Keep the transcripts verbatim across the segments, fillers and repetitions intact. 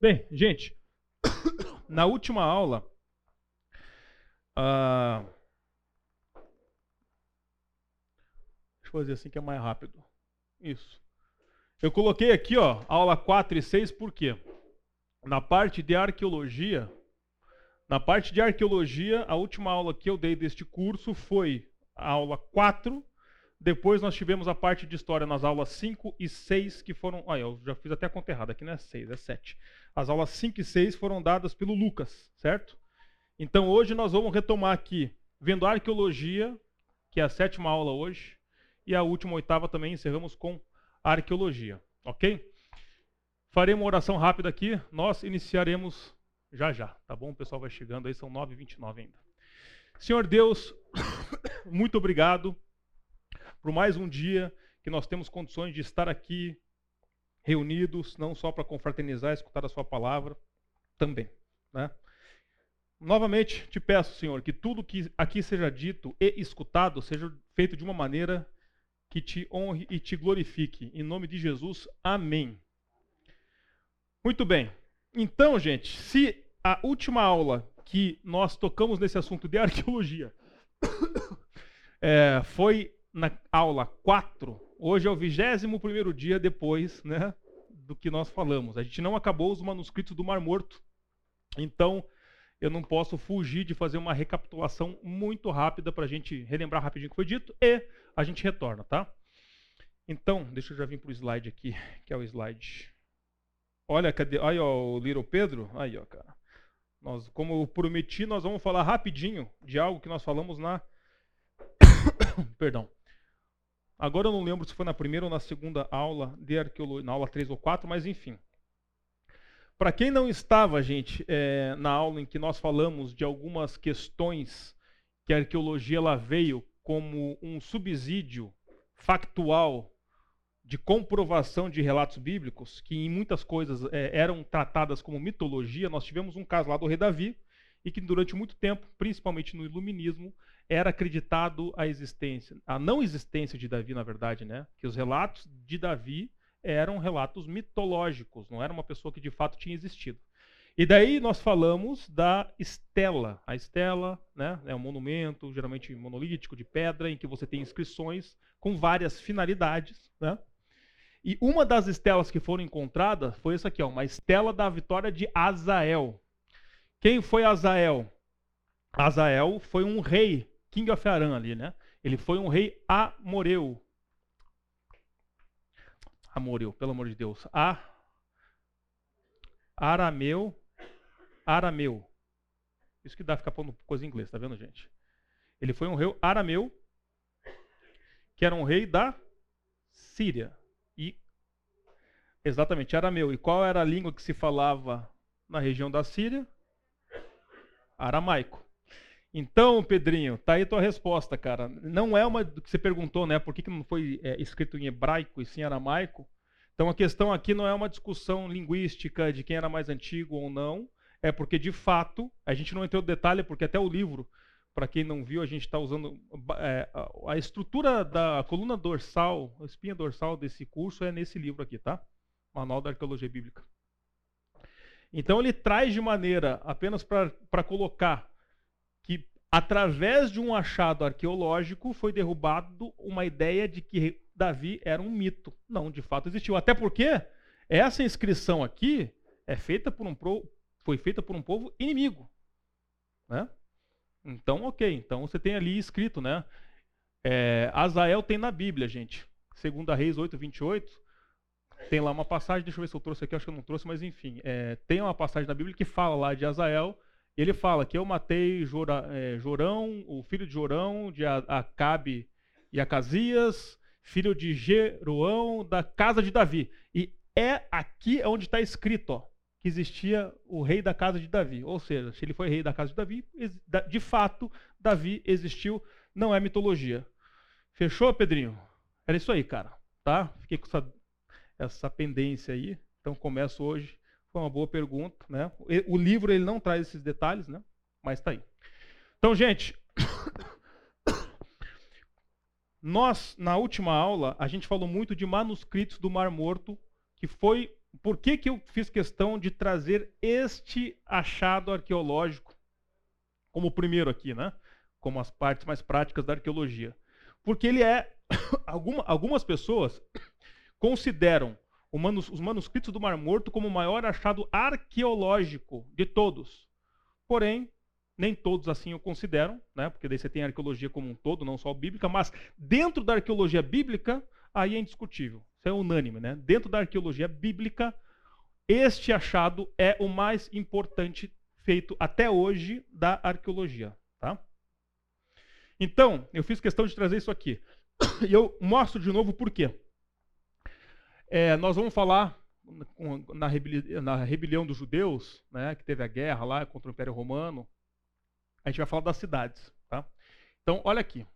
Bem, gente, na última aula, ah, deixa eu fazer assim que é mais rápido. Isso. Eu coloquei aqui, ó, aula quatro e seis, por quê? Na parte de arqueologia, na parte de arqueologia, a última aula que eu dei deste curso foi a aula quatro. Depois nós tivemos a parte de história nas aulas cinco e seis, que foram... Ah, eu já fiz até a conta errada, aqui não é seis, é sete. As aulas cinco e seis foram dadas pelo Lucas, certo? Então hoje nós vamos retomar aqui, vendo a arqueologia, que é a sétima aula hoje, e a última, oitava também, encerramos com a arqueologia, ok? Farei uma oração rápida aqui, nós iniciaremos já já, tá bom? O pessoal vai chegando aí, são nove e vinte e nove ainda. Senhor Deus, muito obrigado por mais um dia que nós temos condições de estar aqui reunidos, não só para confraternizar e escutar a sua palavra, também, né? Novamente te peço, Senhor, que tudo que aqui seja dito e escutado seja feito de uma maneira que te honre e te glorifique. Em nome de Jesus, amém. Muito bem. Então, gente, se a última aula que nós tocamos nesse assunto de arqueologia é, foi na aula quatro, hoje é o vigésimo primeiro dia depois, né, do que nós falamos. A gente não acabou os manuscritos do Mar Morto, então eu não posso fugir de fazer uma recapitulação muito rápida para a gente relembrar rapidinho o que foi dito e a gente retorna, tá? Então, deixa eu já vir para o slide aqui, que é o slide. Olha, cadê? Aí, ó, o Little Pedro. Aí, ó, cara. Nós, como eu prometi, nós vamos falar rapidinho de algo que nós falamos na... Perdão. Agora eu não lembro se foi na primeira ou na segunda aula de arqueologia, na aula três ou quatro, mas enfim. Para quem não estava, gente, é, na aula em que nós falamos de algumas questões que a arqueologia ela veio como um subsídio factual de comprovação de relatos bíblicos, que em muitas coisas é, eram tratadas como mitologia, nós tivemos um caso lá do rei Davi, e que durante muito tempo, principalmente no iluminismo, era acreditado a existência, a não existência de Davi, na verdade, né? Que os relatos de Davi eram relatos mitológicos, não era uma pessoa que de fato tinha existido. E daí nós falamos da estela. A estela, né, é um monumento, geralmente monolítico, de pedra, em que você tem inscrições com várias finalidades, né? E uma das estelas que foram encontradas foi essa aqui, ó, uma estela da vitória de Azael. Quem foi Azael? Azael foi um rei, King of Aram ali, né? Ele foi um rei amoreu. Amoreu, pelo amor de Deus. A, arameu, arameu. Isso que dá ficar pondo coisa em inglês, tá vendo, gente? Ele foi um rei arameu, que era um rei da Síria. E exatamente, arameu. E qual era a língua que se falava na região da Síria? Aramaico. Então, Pedrinho, tá aí tua resposta, cara. Não é uma do que você perguntou, né? Por que, que não foi é, escrito em hebraico e sim em aramaico? Então, a questão aqui não é uma discussão linguística de quem era mais antigo ou não. É porque, de fato, a gente não entrou no detalhe, porque até o livro, para quem não viu, a gente está usando... É, a estrutura da coluna dorsal, a espinha dorsal desse curso é nesse livro aqui, tá? Manual da Arqueologia Bíblica. Então, ele traz de maneira, apenas para colocar... que através de um achado arqueológico foi derrubado uma ideia de que Davi era um mito. Não, de fato existiu. Até porque essa inscrição aqui é feita por um pro, foi feita por um povo inimigo, né? Então, ok. Então você tem ali escrito, né? É, Azael tem na Bíblia, gente. Segunda Reis oito, vinte e oito. Tem lá uma passagem, deixa eu ver se eu trouxe aqui, acho que eu não trouxe, mas enfim. É, tem uma passagem na Bíblia que fala lá de Azael. E ele fala que eu matei Jora, é, Jorão, o filho de Jorão, de Acabe e Acasias, filho de Jeroão, da casa de Davi. E é aqui onde está escrito, ó, que existia o rei da casa de Davi. Ou seja, se ele foi rei da casa de Davi, de fato, Davi existiu, não é mitologia. Fechou, Pedrinho? Era isso aí, cara. Tá? Fiquei com essa, essa pendência aí. Então começo hoje. Foi uma boa pergunta, né? O livro ele não traz esses detalhes, né? Mas está aí. Então, gente, nós, na última aula, a gente falou muito de manuscritos do Mar Morto, que foi Por que que eu fiz questão de trazer este achado arqueológico como o primeiro aqui, né? Como as partes mais práticas da arqueologia? Porque ele é... Alguma, algumas pessoas consideram manus, os manuscritos do Mar Morto como o maior achado arqueológico de todos. Porém, nem todos assim o consideram, né? Porque daí você tem a arqueologia como um todo, não só a bíblica, mas dentro da arqueologia bíblica, aí é indiscutível. Isso é unânime, né? Dentro da arqueologia bíblica, este achado é o mais importante feito até hoje da arqueologia, tá? Então, eu fiz questão de trazer isso aqui. E eu mostro de novo por quê. É, nós vamos falar na, rebeli na rebelião dos judeus, né, que teve a guerra lá contra o Império Romano. A gente vai falar das cidades, tá? Então, olha aqui.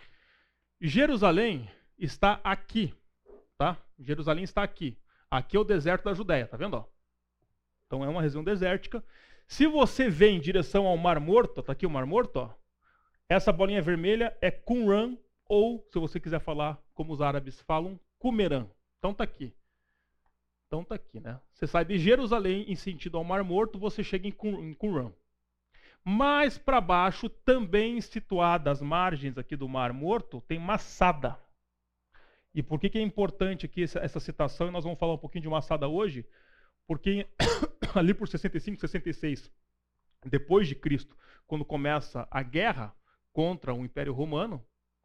Jerusalém está aqui, tá? Jerusalém está aqui. Aqui é o deserto da Judéia, tá vendo? Ó? Então é uma região desértica. Se você vem em direção ao Mar Morto, tá aqui o Mar Morto, ó. Essa bolinha vermelha é Qumran, ou, se você quiser falar como os árabes falam, Qumran. Então tá aqui. Então tá aqui, né? Você sai de Jerusalém em sentido ao Mar Morto, você chega em Qumran. Mais para baixo, também situada às margens aqui do Mar Morto, tem Massada. E por que, que é importante aqui essa, essa citação? E nós vamos falar um pouquinho de Massada hoje, porque ali por sessenta e cinco, sessenta e seis, depois de Cristo, quando começa a guerra contra o Império Romano,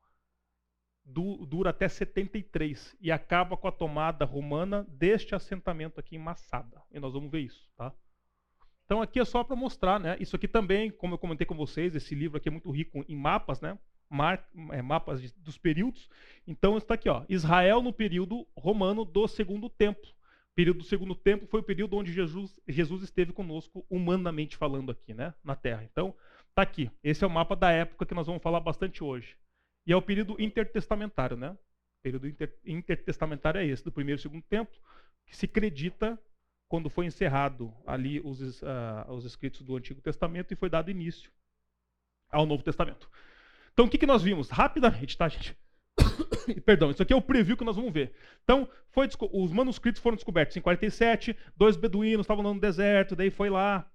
du, dura até setenta e três e acaba com a tomada romana deste assentamento aqui em Massada. E nós vamos ver isso, tá? Então aqui é só para mostrar, né? Isso aqui também, como eu comentei com vocês, esse livro aqui é muito rico em mapas, né? Mar, é, mapas de, dos períodos. Então está aqui, ó, Israel no período romano do Segundo Templo. O período do Segundo Templo foi o período onde Jesus, Jesus esteve conosco, humanamente falando aqui, né? Na Terra. Então está aqui. Esse é o mapa da época que nós vamos falar bastante hoje. E é o período intertestamentário, né? O período inter, intertestamentário é esse, do Primeiro e Segundo Templo, que se acredita quando foi encerrado ali os, uh, os escritos do Antigo Testamento e foi dado início ao Novo Testamento. Então, o que, que nós vimos? Rapidamente, tá, gente? Perdão, isso aqui é o preview que nós vamos ver. Então, foi, os manuscritos foram descobertos em quarenta e sete, dois beduínos estavam no deserto, daí foi lá,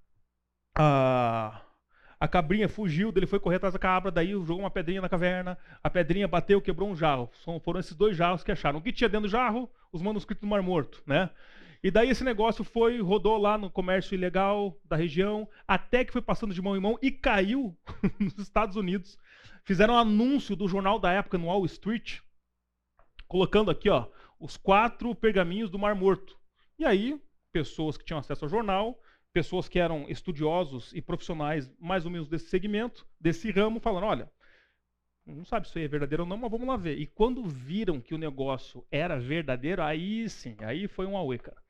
a, a cabrinha fugiu, daí ele foi correr atrás da cabra, daí jogou uma pedrinha na caverna, a pedrinha bateu, quebrou um jarro. Foram esses dois jarros que acharam. O que tinha dentro do jarro? Os manuscritos do Mar Morto, né? E daí esse negócio foi, rodou lá no comércio ilegal da região, até que foi passando de mão em mão e caiu nos Estados Unidos. Fizeram um anúncio do jornal da época no Wall Street, colocando aqui, ó, os quatro pergaminhos do Mar Morto. E aí, pessoas que tinham acesso ao jornal, pessoas que eram estudiosos e profissionais mais ou menos desse segmento, desse ramo, falando, olha, não sabe se isso aí é verdadeiro ou não, mas vamos lá ver. E quando viram que o negócio era verdadeiro, aí sim, aí foi um auê, cara.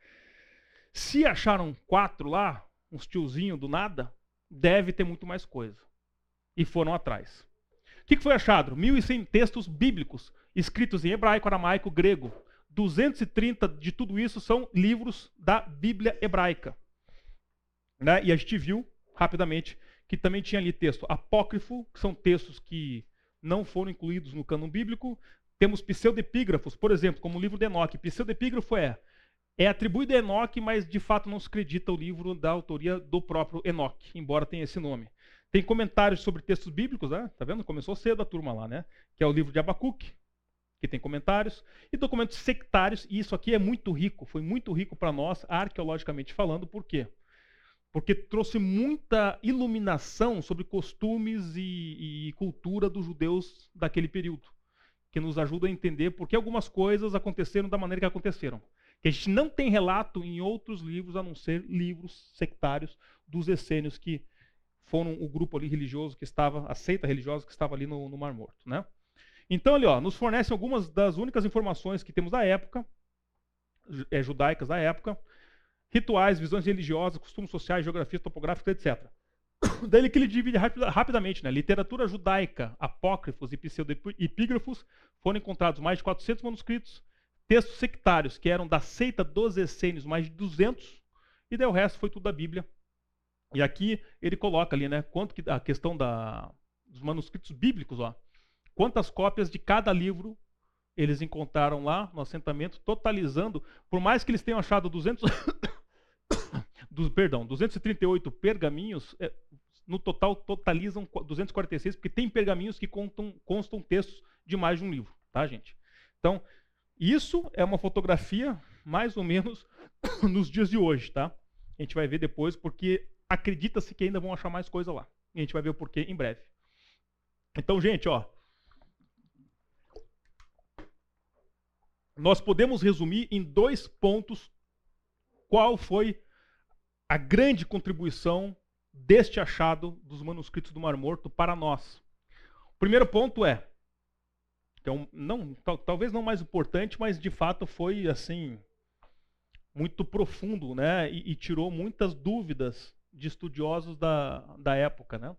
Se acharam quatro lá, uns tiozinhos do nada, deve ter muito mais coisa. E foram atrás. O que foi achado? mil e cem textos bíblicos, escritos em hebraico, aramaico, grego. duzentos e trinta de tudo isso são livros da Bíblia hebraica. Né? E a gente viu, rapidamente, que também tinha ali texto apócrifo, que são textos que não foram incluídos no cânon bíblico. Temos pseudepígrafos, por exemplo, como o livro de Enoque. Pseudepígrafo é... É atribuído a Enoque, mas de fato não se acredita o livro da autoria do próprio Enoque, embora tenha esse nome. Tem comentários sobre textos bíblicos, né? Tá vendo? Começou cedo a turma lá, né? Que é o livro de Abacuque, que tem comentários, e documentos sectários, e isso aqui é muito rico, foi muito rico para nós, arqueologicamente falando, por quê? Porque trouxe muita iluminação sobre costumes e, e cultura dos judeus daquele período, que nos ajuda a entender por que algumas coisas aconteceram da maneira que aconteceram. Que a gente não tem relato em outros livros, a não ser livros sectários dos essênios, que foram o grupo ali religioso que estava, a seita religiosa que estava ali no, no Mar Morto, né? Então, ali, ó, nos fornecem algumas das únicas informações que temos da época, é, judaicas da época, rituais, visões religiosas, costumes sociais, geografia topográfica, etcétera. Daí que ele divide rapid, rapidamente, né? Literatura judaica, apócrifos e pseudepígrafos, foram encontrados mais de quatrocentos manuscritos, textos sectários, que eram da seita dos essênios, mais de duzentos, e daí o resto foi tudo da Bíblia. E aqui ele coloca ali, né, quanto que a questão da, dos manuscritos bíblicos, ó, quantas cópias de cada livro eles encontraram lá no assentamento, totalizando, por mais que eles tenham achado duzentos, do, perdão, duzentos e trinta e oito pergaminhos, é, no total totalizam duzentos e quarenta e seis, porque tem pergaminhos que contam, constam textos de mais de um livro, tá, gente? Então, isso é uma fotografia mais ou menos nos dias de hoje, tá? A gente vai ver depois, porque acredita-se que ainda vão achar mais coisa lá. E a gente vai ver o porquê em breve. Então, gente, ó, nós podemos resumir em dois pontos qual foi a grande contribuição deste achado dos manuscritos do Mar Morto para nós. O primeiro ponto é, então, não, tal, talvez não mais importante, mas de fato foi assim muito profundo, né? E, e tirou muitas dúvidas de estudiosos da, da época, né?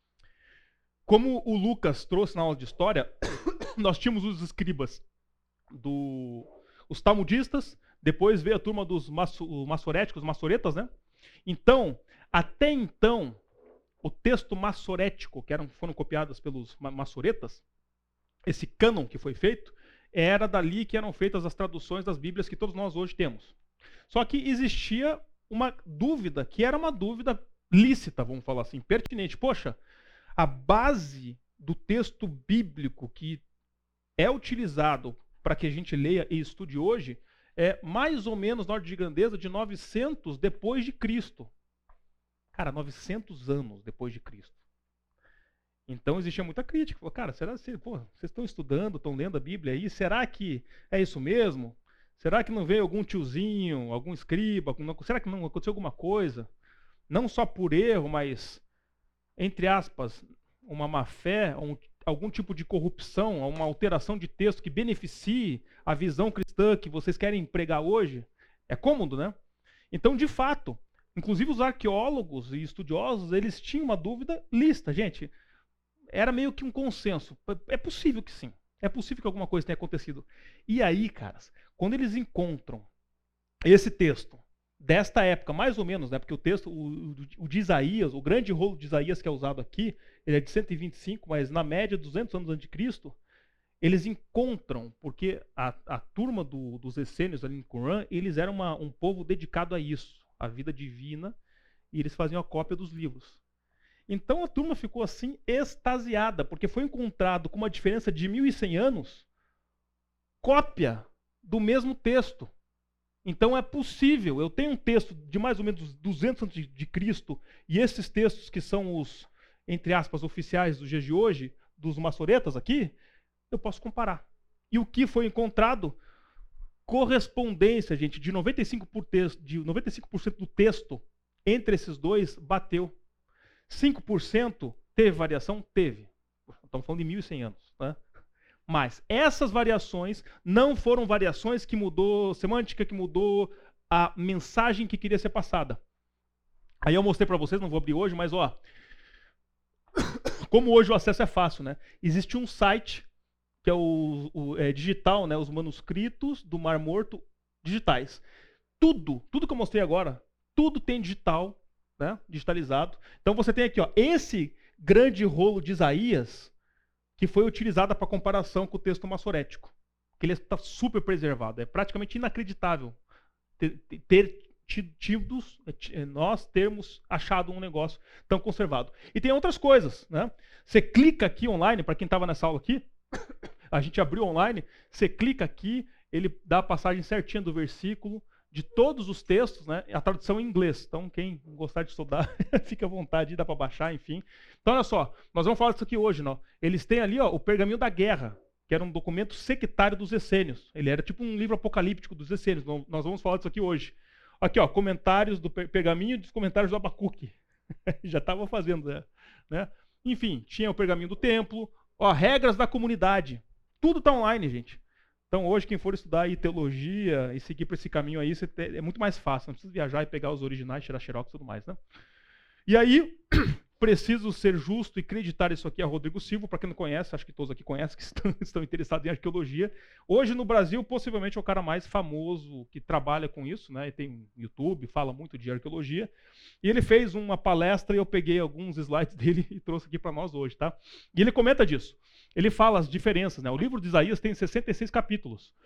Como o Lucas trouxe na aula de história, nós tínhamos os escribas, do, os talmudistas, depois veio a turma dos maço, maçoréticos, maçoretas, né? Então, até então, o texto maçorético, que eram, foram copiados pelos maçoretas, esse cânon que foi feito, era dali que eram feitas as traduções das Bíblias que todos nós hoje temos. Só que existia uma dúvida, que era uma dúvida lícita, vamos falar assim, pertinente. Poxa, a base do texto bíblico que é utilizado para que a gente leia e estude hoje é mais ou menos, na ordem de grandeza, de novecentos depois de Cristo. Cara, novecentos anos depois de Cristo. Então existia muita crítica. Falou, cara, será que pô, vocês estão estudando, estão lendo a Bíblia aí? Será que é isso mesmo? Será que não veio algum tiozinho, algum escriba? Não, será que não aconteceu alguma coisa? Não só por erro, mas, entre aspas, uma má-fé, um, algum tipo de corrupção, uma alteração de texto que beneficie a visão cristã que vocês querem pregar hoje? É cômodo, né? Então, de fato, inclusive os arqueólogos e estudiosos, eles tinham uma dúvida lícita, gente. Era meio que um consenso. É possível que sim. É possível que alguma coisa tenha acontecido. E aí, caras, quando eles encontram esse texto desta época, mais ou menos, né? Porque o texto, o, o de Isaías, o grande rolo de Isaías que é usado aqui, ele é de cento e vinte e cinco, mas na média duzentos anos antes de Cristo, eles encontram, porque a, a turma do, dos essênios ali em Qumran, eles eram uma, um povo dedicado a isso, a vida divina, e eles faziam a cópia dos livros. Então a turma ficou assim extasiada, porque foi encontrado com uma diferença de mil e cem anos, cópia do mesmo texto. Então é possível, eu tenho um texto de mais ou menos duzentos antes de Cristo, e esses textos que são os, entre aspas, oficiais dos dias de hoje, dos maçoretas aqui, eu posso comparar. E o que foi encontrado? Correspondência, gente, de noventa e cinco por cento, de noventa e cinco por cento do texto entre esses dois bateu. cinco por cento teve variação? Teve. Estamos falando de mil e cem anos. Né? Mas essas variações não foram variações que mudou semântica, que mudou a mensagem que queria ser passada. Aí eu mostrei para vocês, não vou abrir hoje, mas ó, como hoje o acesso é fácil, né? Existe um site que é o, o é, digital, né? Os manuscritos do Mar Morto digitais. Tudo, tudo que eu mostrei agora, tudo tem digital. Né, digitalizado. Então você tem aqui, ó, esse grande rolo de Isaías que foi utilizado para comparação com o texto maçorético, que ele está super preservado. É praticamente inacreditável ter, ter tido, nós termos achado um negócio tão conservado. E tem outras coisas, né? Você clica aqui online, para quem estava nessa aula aqui, a gente abriu online, você clica aqui, ele dá a passagem certinha do versículo, de todos os textos, né? A tradução em inglês. Então, quem gostar de estudar, fica à vontade, dá para baixar, enfim. Então, olha só, nós vamos falar disso aqui hoje. Não? Eles têm ali ó, o Pergaminho da Guerra, que era um documento sectário dos essênios. Ele era tipo um livro apocalíptico dos essênios. Nós vamos falar disso aqui hoje. Aqui, ó, comentários do Pergaminho e dos comentários do Abacuque. Já estava fazendo, né? Enfim, tinha o Pergaminho do Templo, ó, regras da comunidade. Tudo está online, gente. Então hoje quem for estudar aí teologia e seguir por esse caminho aí, é muito mais fácil, não precisa viajar e pegar os originais, tirar xerox e tudo mais, né? E aí, preciso ser justo e acreditar isso aqui a Rodrigo Silva, para quem não conhece, acho que todos aqui conhecem, que estão, estão interessados em arqueologia. Hoje no Brasil, possivelmente é o cara mais famoso que trabalha com isso, né? E tem YouTube, fala muito de arqueologia. E ele fez uma palestra e eu peguei alguns slides dele e trouxe aqui para nós hoje, tá? E ele comenta disso. Ele fala as diferenças, né? O livro de Isaías tem sessenta e seis capítulos.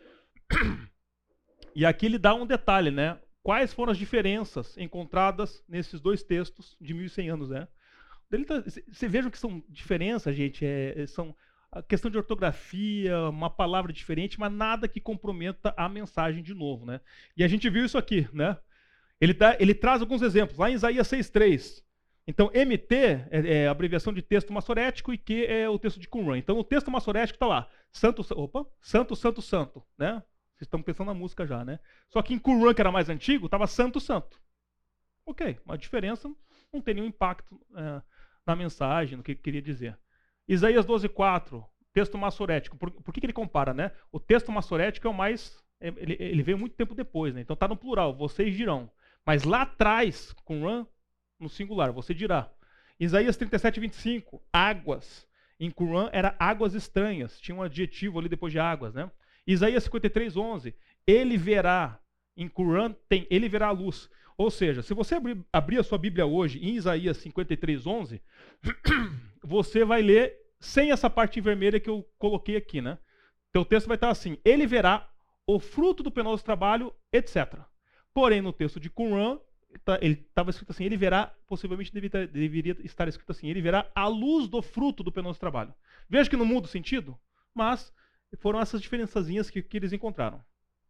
E aqui ele dá um detalhe, né? Quais foram as diferenças encontradas nesses dois textos de mil e cem anos, né? Você veja que são diferenças, gente, é, são a questão de ortografia, uma palavra diferente, mas nada que comprometa a mensagem de novo, né? E a gente viu isso aqui, né? Ele, dá, ele traz alguns exemplos, lá em Isaías seis três. Então, M T é, é a abreviação de texto massorético e Q é o texto de Qumran. Então, o texto massorético está lá, santo, opa, santo, santo, santo, né? Vocês estão pensando na música já, né? Só que em Qumran, que era mais antigo, estava santo, santo. Ok, uma diferença, não tem nenhum impacto é, na mensagem, no que ele queria dizer. Isaías doze quatro, texto massorético. Por, por que, que ele compara, né? O texto massorético é o mais... Ele, ele veio muito tempo depois, né? Então está no plural, vocês dirão. Mas lá atrás, Qumran, no singular, você dirá. Isaías trinta e sete, vinte e cinco, águas. Em Qumran era águas estranhas, tinha um adjetivo ali depois de águas, né? Isaías cinquenta e três, onze, ele verá. Em Qumran tem, ele verá a luz. Ou seja, se você abrir, abrir a sua Bíblia hoje em Isaías cinquenta e três, onze, você vai ler sem essa parte em vermelha que eu coloquei aqui, né? Teu texto vai estar assim, ele verá o fruto do penoso trabalho, etcétera. Porém, no texto de Qumran, ele estava escrito assim, ele verá, possivelmente deveria, deveria estar escrito assim, ele verá a luz do fruto do penoso trabalho. Veja que não muda o sentido, mas foram essas diferençazinhas que, que eles encontraram.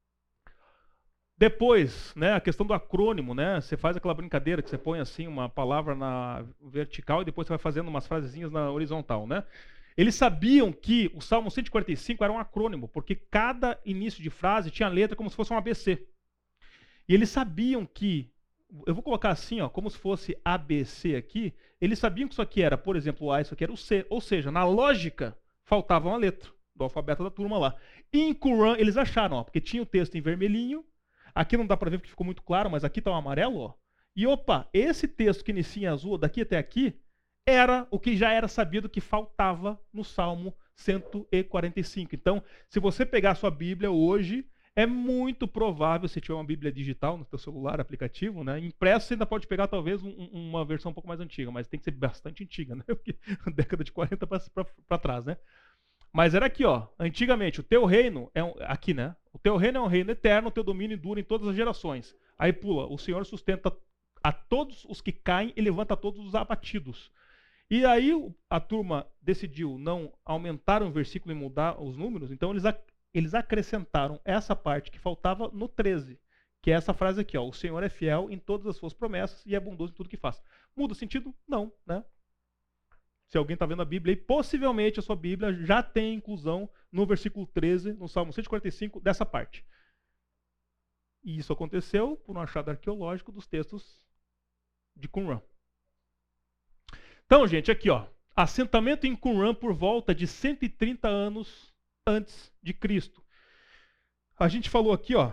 Depois, né, a questão do acrônimo, né, você faz aquela brincadeira que você põe assim uma palavra na vertical e depois você vai fazendo umas frasezinhas na horizontal, né? Eles sabiam que o Salmo cento e quarenta e cinco era um acrônimo, porque cada início de frase tinha letra como se fosse um A B C. E eles sabiam que, eu vou colocar assim, ó, como se fosse A B C aqui, eles sabiam que isso aqui era, por exemplo, o A, isso aqui era o C. Ou seja, na lógica, faltava uma letra do alfabeto da turma lá. E em Qumran eles acharam, ó, porque tinha o texto em vermelhinho, aqui não dá para ver porque ficou muito claro, mas aqui está o amarelo, ó. E opa, esse texto que inicia em azul, daqui até aqui, era o que já era sabido que faltava no Salmo cento e quarenta e cinco. Então, se você pegar a sua Bíblia hoje, é muito provável, se tiver uma Bíblia digital no seu celular, aplicativo, né? Impresso você ainda pode pegar talvez um, uma versão um pouco mais antiga, mas tem que ser bastante antiga, né? Porque década de quarenta para trás, né? Mas era aqui, ó. Antigamente, o teu reino é um, aqui, né? O teu reino é um reino eterno, o teu domínio dura em todas as gerações. Aí pula, o Senhor sustenta a todos os que caem e levanta todos os abatidos. E aí a turma decidiu não aumentar o versículo e mudar os números, então eles, eles acrescentaram essa parte que faltava no treze, que é essa frase aqui, ó. O Senhor é fiel em todas as suas promessas e é bondoso em tudo que faz. Muda o sentido? Não, né? Se alguém está vendo a Bíblia, e possivelmente a sua Bíblia já tem inclusão no versículo treze, no Salmo cento e quarenta e cinco, dessa parte. E isso aconteceu por um achado arqueológico dos textos de Qumran. Então, gente, aqui, ó, assentamento em Qumran por volta de cento e trinta anos antes de Cristo. A gente falou aqui, ó,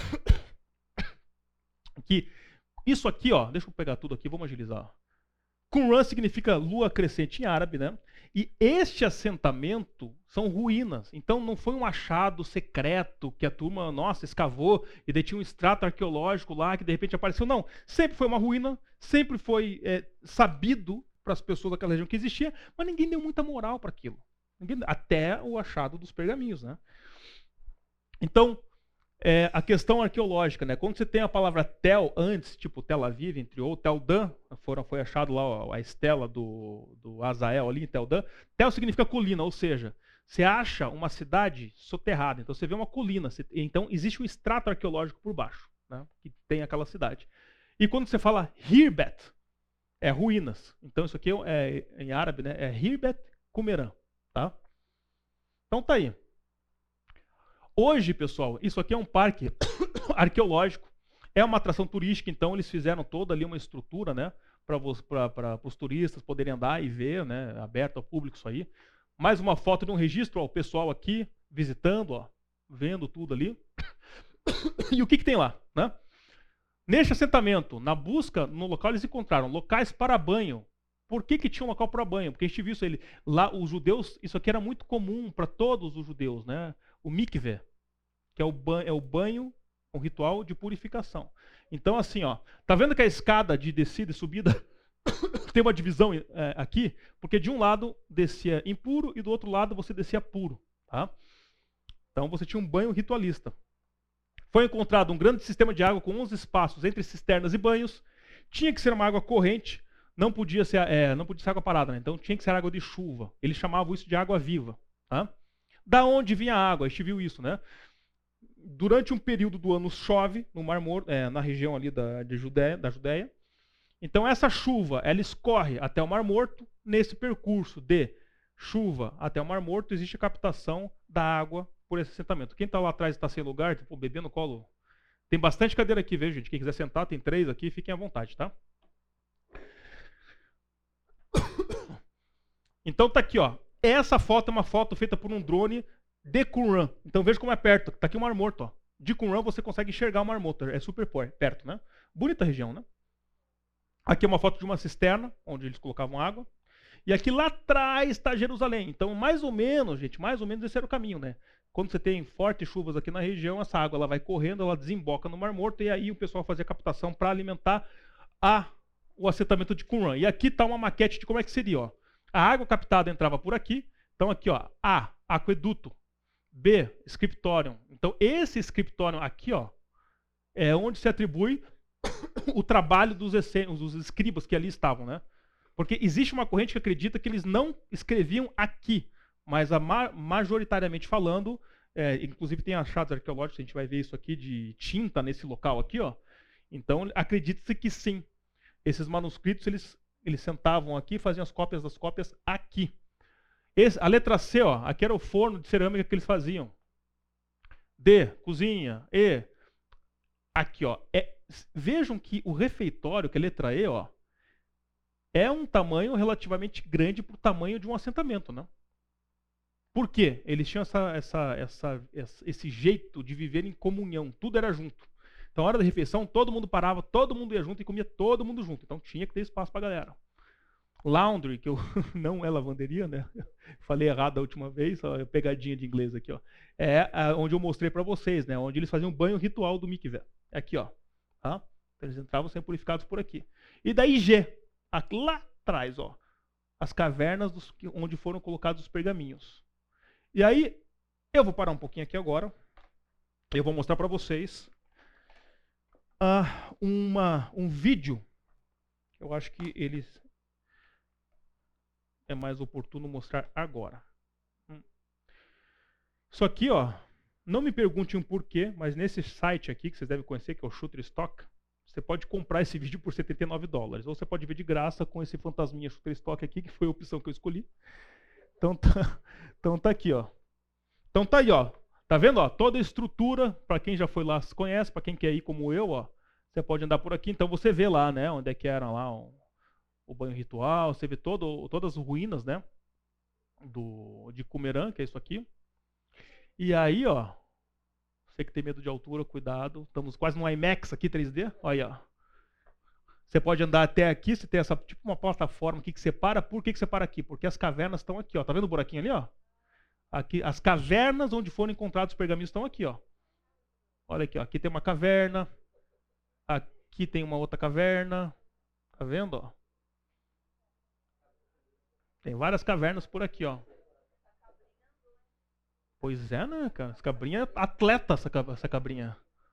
que isso aqui, ó, deixa eu pegar tudo aqui, vamos agilizar. Qumran significa lua crescente em árabe, né? E este assentamento são ruínas. Então não foi um achado secreto que a turma, nossa, escavou e daí tinha um extrato arqueológico lá que de repente apareceu. Não, sempre foi uma ruína, sempre foi é, sabido para as pessoas daquela região que existia, mas ninguém deu muita moral para aquilo. Ninguém, até o achado dos pergaminhos, né? Então, É, a questão arqueológica, né? Quando você tem a palavra Tel antes, tipo Tel Aviv, entre outros, Tel Dan, foram, foi achado lá ó, a estela do, do Azael ali em Tel Dan. Tel significa colina, ou seja, você acha uma cidade soterrada, então você vê uma colina, você, então existe um extrato arqueológico por baixo, né? Que tem aquela cidade. E quando você fala Hirbet, é ruínas. Então isso aqui é, em árabe, né? É Hirbet Kumeran, tá? Então tá aí. Hoje, pessoal, isso aqui é um parque arqueológico, é uma atração turística, então eles fizeram toda ali uma estrutura, né, para os turistas poderem andar e ver, né, aberto ao público isso aí. Mais uma foto de um registro, ó, o pessoal aqui visitando, ó, vendo tudo ali. E o que, que tem lá, né? Neste assentamento, na busca no local, eles encontraram locais para banho, por que, que tinha um local para banho? Porque a gente viu isso, ele, lá os judeus, isso aqui era muito comum para todos os judeus, né? O mikveh, que é o banho, é o banho, um ritual de purificação. Então assim, ó, tá vendo que a escada de descida e subida tem uma divisão é, aqui? Porque de um lado descia impuro e do outro lado você descia puro, tá? Então você tinha um banho ritualista. Foi encontrado um grande sistema de água com onze espaços entre cisternas e banhos. Tinha que ser uma água corrente, não podia ser, é, não podia ser água parada, né? Então tinha que ser água de chuva. Eles chamavam isso de água viva. Tá? Da onde vinha a água? A gente viu isso, né? Durante um período do ano chove no Mar Morto, é, na região ali da, de Judéia, da Judéia. Então essa chuva, ela escorre até o Mar Morto. Nesse percurso de chuva até o Mar Morto, existe a captação da água por esse assentamento. Quem está lá atrás está sem lugar, tipo, bebê no colo. Tem bastante cadeira aqui, veja, gente. Quem quiser sentar, tem três aqui, fiquem à vontade, tá? Então tá aqui, ó. Essa foto é uma foto feita por um drone de Qumran. Então veja como é perto. Tá aqui o Mar Morto, ó. De Qumran você consegue enxergar o Mar Morto. É super perto, né? Bonita região, né? Aqui é uma foto de uma cisterna, onde eles colocavam água. E aqui lá atrás está Jerusalém. Então, mais ou menos, gente, mais ou menos esse era o caminho, né? Quando você tem fortes chuvas aqui na região, essa água ela vai correndo, ela desemboca no Mar Morto, e aí o pessoal fazia captação para alimentar a, o assentamento de Qumran. E aqui está uma maquete de como é que seria, ó. A água captada entrava por aqui. Então aqui, ó, A, aqueduto. B, scriptorium. Então esse scriptorium aqui, ó, é onde se atribui o trabalho dos, dos escribas que ali estavam, né? Porque existe uma corrente que acredita que eles não escreviam aqui, mas a ma majoritariamente falando, é, inclusive tem achados arqueológicos, a gente vai ver isso aqui de tinta nesse local aqui, ó. Então acredita-se que sim, esses manuscritos eles eles sentavam aqui e faziam as cópias das cópias aqui. Esse, a letra C, ó, aqui era o forno de cerâmica que eles faziam. D, cozinha. E, aqui, ó, é, vejam que o refeitório, que é a letra E, ó, é um tamanho relativamente grande para o tamanho de um assentamento, né? Por quê? Eles tinham essa, essa, essa, esse jeito de viver em comunhão, tudo era junto. Então, na hora da refeição, todo mundo parava, todo mundo ia junto e comia todo mundo junto. Então, tinha que ter espaço para a galera. Laundry, que eu não é lavanderia, né? Falei errado a última vez, ó, pegadinha de inglês aqui, ó. É a, onde eu mostrei para vocês, né? Onde eles faziam banho ritual do mikveh. É aqui, ó. Tá? Eles entravam sendo purificados por aqui. E daí G, lá atrás, ó, as cavernas dos, onde foram colocados os pergaminhos. E aí, eu vou parar um pouquinho aqui agora. Eu vou mostrar para vocês uh, uma, um vídeo. Eu acho que eles é mais oportuno mostrar agora. Hum. Isso aqui, ó, não me perguntem um porquê, mas nesse site aqui, que vocês devem conhecer, que é o Shutterstock, você pode comprar esse vídeo por setenta e nove dólares. Ou você pode ver de graça com esse fantasminha Shutterstock aqui, que foi a opção que eu escolhi. Então tá, então tá aqui, ó. Então tá aí, ó. Tá vendo, ó? Toda a estrutura, para quem já foi lá se conhece, para quem quer ir como eu, ó, você pode andar por aqui. Então você vê lá, né, onde é que era lá ó, o banho ritual, você vê todo, todas as ruínas, né, do, de Qumran, que é isso aqui. E aí, ó, você que tem medo de altura, cuidado. Estamos quase no IMAX aqui, três D. Olha, ó. Você pode andar até aqui, você tem essa tipo uma plataforma aqui que separa. Por que que separa aqui? Porque as cavernas estão aqui, ó. Tá vendo o buraquinho ali, ó? Aqui, as cavernas onde foram encontrados os pergaminhos estão aqui, ó. Olha aqui, ó. Aqui tem uma caverna. Aqui tem uma outra caverna. Tá vendo, ó? Tem várias cavernas por aqui, ó. Pois é, né, cara? Essa cabrinha é atleta, essa, essa cabrinha.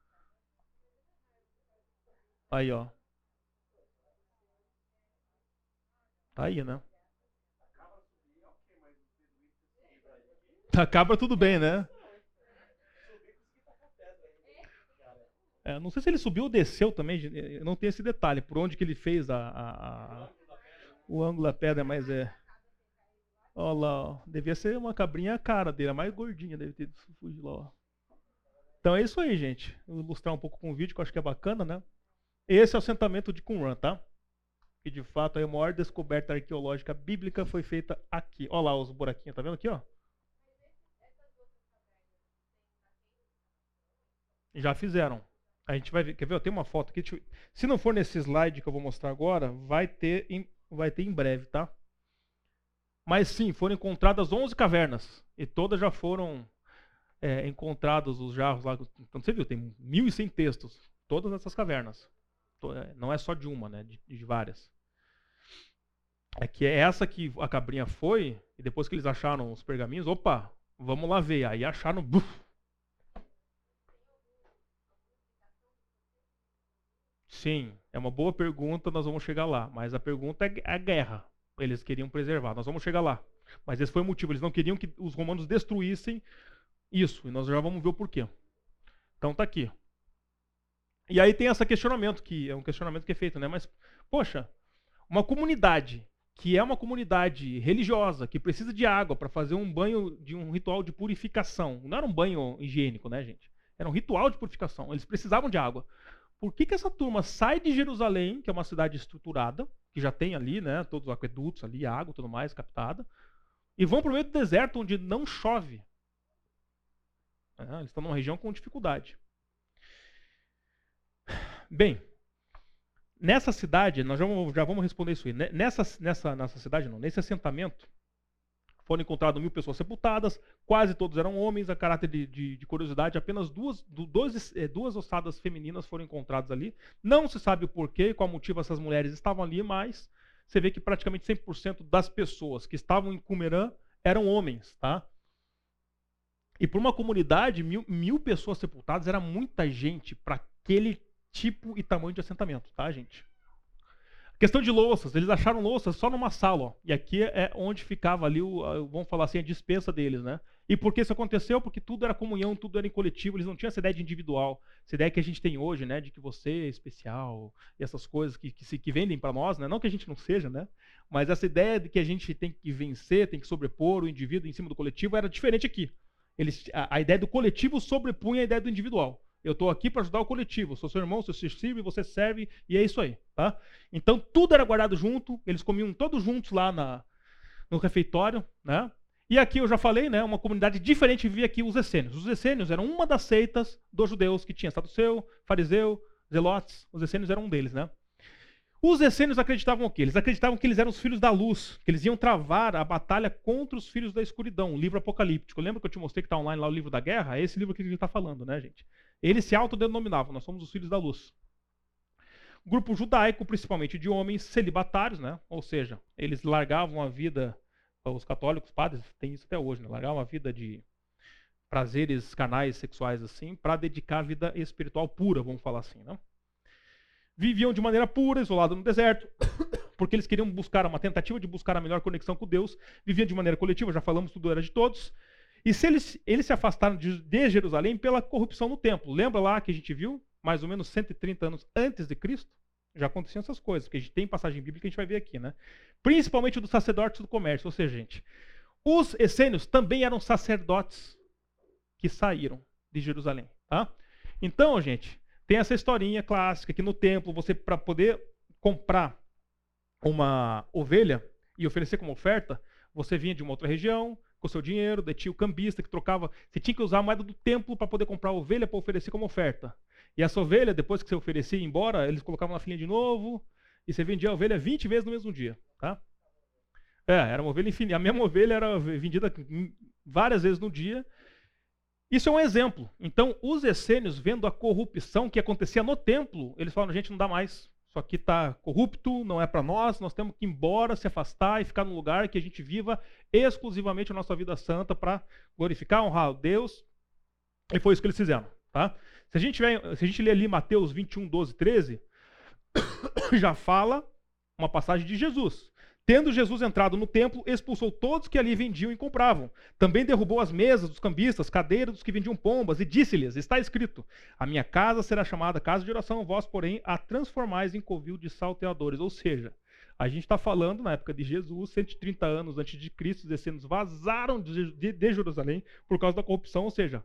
Aí, ó. Tá aí, né? A cabra tudo bem, né? É, não sei se ele subiu ou desceu também, não tem esse detalhe, por onde que ele fez a, a, a o ângulo da pedra, mas é... Olha lá, ó. Devia ser uma cabrinha a cara dele, a mais gordinha, deve ter fugido lá, ó. Então é isso aí, gente. Vou ilustrar um pouco com o vídeo, que eu acho que é bacana, né? Esse é o assentamento de Qumran, tá? E de fato a maior descoberta arqueológica bíblica foi feita aqui. Olha lá os buraquinhos, tá vendo aqui, ó? Já fizeram. A gente vai ver, quer ver? Tem uma foto aqui. Se não for nesse slide que eu vou mostrar agora, vai ter em, vai ter em breve, tá? Mas sim, foram encontradas onze cavernas. E todas já foram é, encontrados os jarros lá. Então você viu, tem mil e cem textos. Todas essas cavernas. Não é só de uma, né? De, de várias. É que é essa que a cabrinha foi, e depois que eles acharam os pergaminhos, opa, vamos lá ver. Aí acharam. Buf. Sim, é uma boa pergunta, nós vamos chegar lá. Mas a pergunta é a guerra. Eles queriam preservar, nós vamos chegar lá. Mas esse foi o motivo, eles não queriam que os romanos destruíssem isso, e nós já vamos ver o porquê. Então tá aqui. E aí tem esse questionamento, que é um questionamento que é feito, né? Mas, poxa, uma comunidade que é uma comunidade religiosa, que precisa de água para fazer um banho, de um ritual de purificação. Não era um banho higiênico, né, gente? Era um ritual de purificação. Eles precisavam de água. Por que, que essa turma sai de Jerusalém, que é uma cidade estruturada, que já tem ali, né, todos os aquedutos ali, água e tudo mais captada, e vão para o meio do deserto onde não chove? É, eles estão numa região com dificuldade. Bem, nessa cidade, nós já vamos, já vamos responder isso aí. Nessa, nessa, nessa cidade, não, nesse assentamento, foram encontradas mil pessoas sepultadas, quase todos eram homens. A caráter de, de, de curiosidade, apenas duas, duas, duas ossadas femininas foram encontradas ali. Não se sabe o porquê, qual motivo essas mulheres estavam ali, mas você vê que praticamente cem por cento das pessoas que estavam em Qumran eram homens, tá? E por uma comunidade, mil, mil pessoas sepultadas era muita gente para aquele tipo e tamanho de assentamento, tá, gente? Questão de louças, eles acharam louças só numa sala, ó. E aqui é onde ficava ali, o, vamos falar assim, a dispensa deles, né? E por que isso aconteceu? Porque tudo era comunhão, tudo era em coletivo, eles não tinham essa ideia de individual, essa ideia que a gente tem hoje, né? De que você é especial, e essas coisas que, que, se, que vendem para nós, né? Não que a gente não seja, né? Mas essa ideia de que a gente tem que vencer, tem que sobrepor o indivíduo em cima do coletivo era diferente aqui. Eles, a, a ideia do coletivo sobrepunha a ideia do individual. Eu estou aqui para ajudar o coletivo. Sou seu irmão, você se sirve, você serve, e é isso aí. Tá? Então tudo era guardado junto, eles comiam todos juntos lá na, no refeitório. Né? E aqui eu já falei, né, uma comunidade diferente vivia aqui, os essênios. Os essênios eram uma das seitas dos judeus que tinha saduceu, fariseu, zelotes. Os essênios eram um deles. Né? Os essênios acreditavam o quê? Eles acreditavam que eles eram os filhos da luz, que eles iam travar a batalha contra os filhos da escuridão, o livro apocalíptico. Lembra que eu te mostrei que está online lá o livro da guerra? É esse livro que a gente está falando, né, gente? Eles se autodenominavam, nós somos os filhos da luz. Grupo judaico, principalmente de homens celibatários, né? Ou seja, eles largavam a vida, os católicos, padres, tem isso até hoje, né? Largavam a vida de prazeres carnais, sexuais, assim, para dedicar a vida espiritual pura, vamos falar assim, né? Viviam de maneira pura, isolados no deserto, porque eles queriam buscar uma tentativa de buscar a melhor conexão com Deus. Viviam de maneira coletiva, já falamos, tudo era de todos. E se eles, eles se afastaram de, de Jerusalém pela corrupção no templo. Lembra lá que a gente viu, mais ou menos cento e trinta anos antes de Cristo? Já aconteciam essas coisas, porque a gente tem passagem bíblica que a gente vai ver aqui, né? Principalmente dos sacerdotes do comércio. Ou seja, gente, os essênios também eram sacerdotes que saíram de Jerusalém, tá? Então, gente, tem essa historinha clássica que no templo, você, para poder comprar uma ovelha e oferecer como oferta, você vinha de uma outra região com o seu dinheiro, daí tinha o cambista que trocava, você tinha que usar a moeda do templo para poder comprar a ovelha para oferecer como oferta. E essa ovelha, depois que você oferecia e ia embora, eles colocavam na filinha de novo, e você vendia a ovelha vinte vezes no mesmo dia, tá? É, era uma ovelha infinita. A mesma ovelha era vendida várias vezes no dia. Isso é um exemplo. Então, os essênios, vendo a corrupção que acontecia no templo, eles falaram, gente, não dá mais. Isso aqui está corrupto, não é para nós, nós temos que ir embora, se afastar e ficar num lugar que a gente viva exclusivamente a nossa vida santa para glorificar, honrar a Deus. E foi isso que eles fizeram. Tá? Se a gente, se a gente ler ali Mateus vinte e um, doze, treze, já fala uma passagem de Jesus. Tendo Jesus entrado no templo, expulsou todos que ali vendiam e compravam. Também derrubou as mesas dos cambistas, cadeiras dos que vendiam pombas, e disse-lhes, está escrito, a minha casa será chamada casa de oração, vós, porém, a transformais em covil de salteadores. Ou seja, a gente está falando, na época de Jesus, cento e trinta anos antes de Cristo, os essênios vazaram de, de, de Jerusalém por causa da corrupção, ou seja,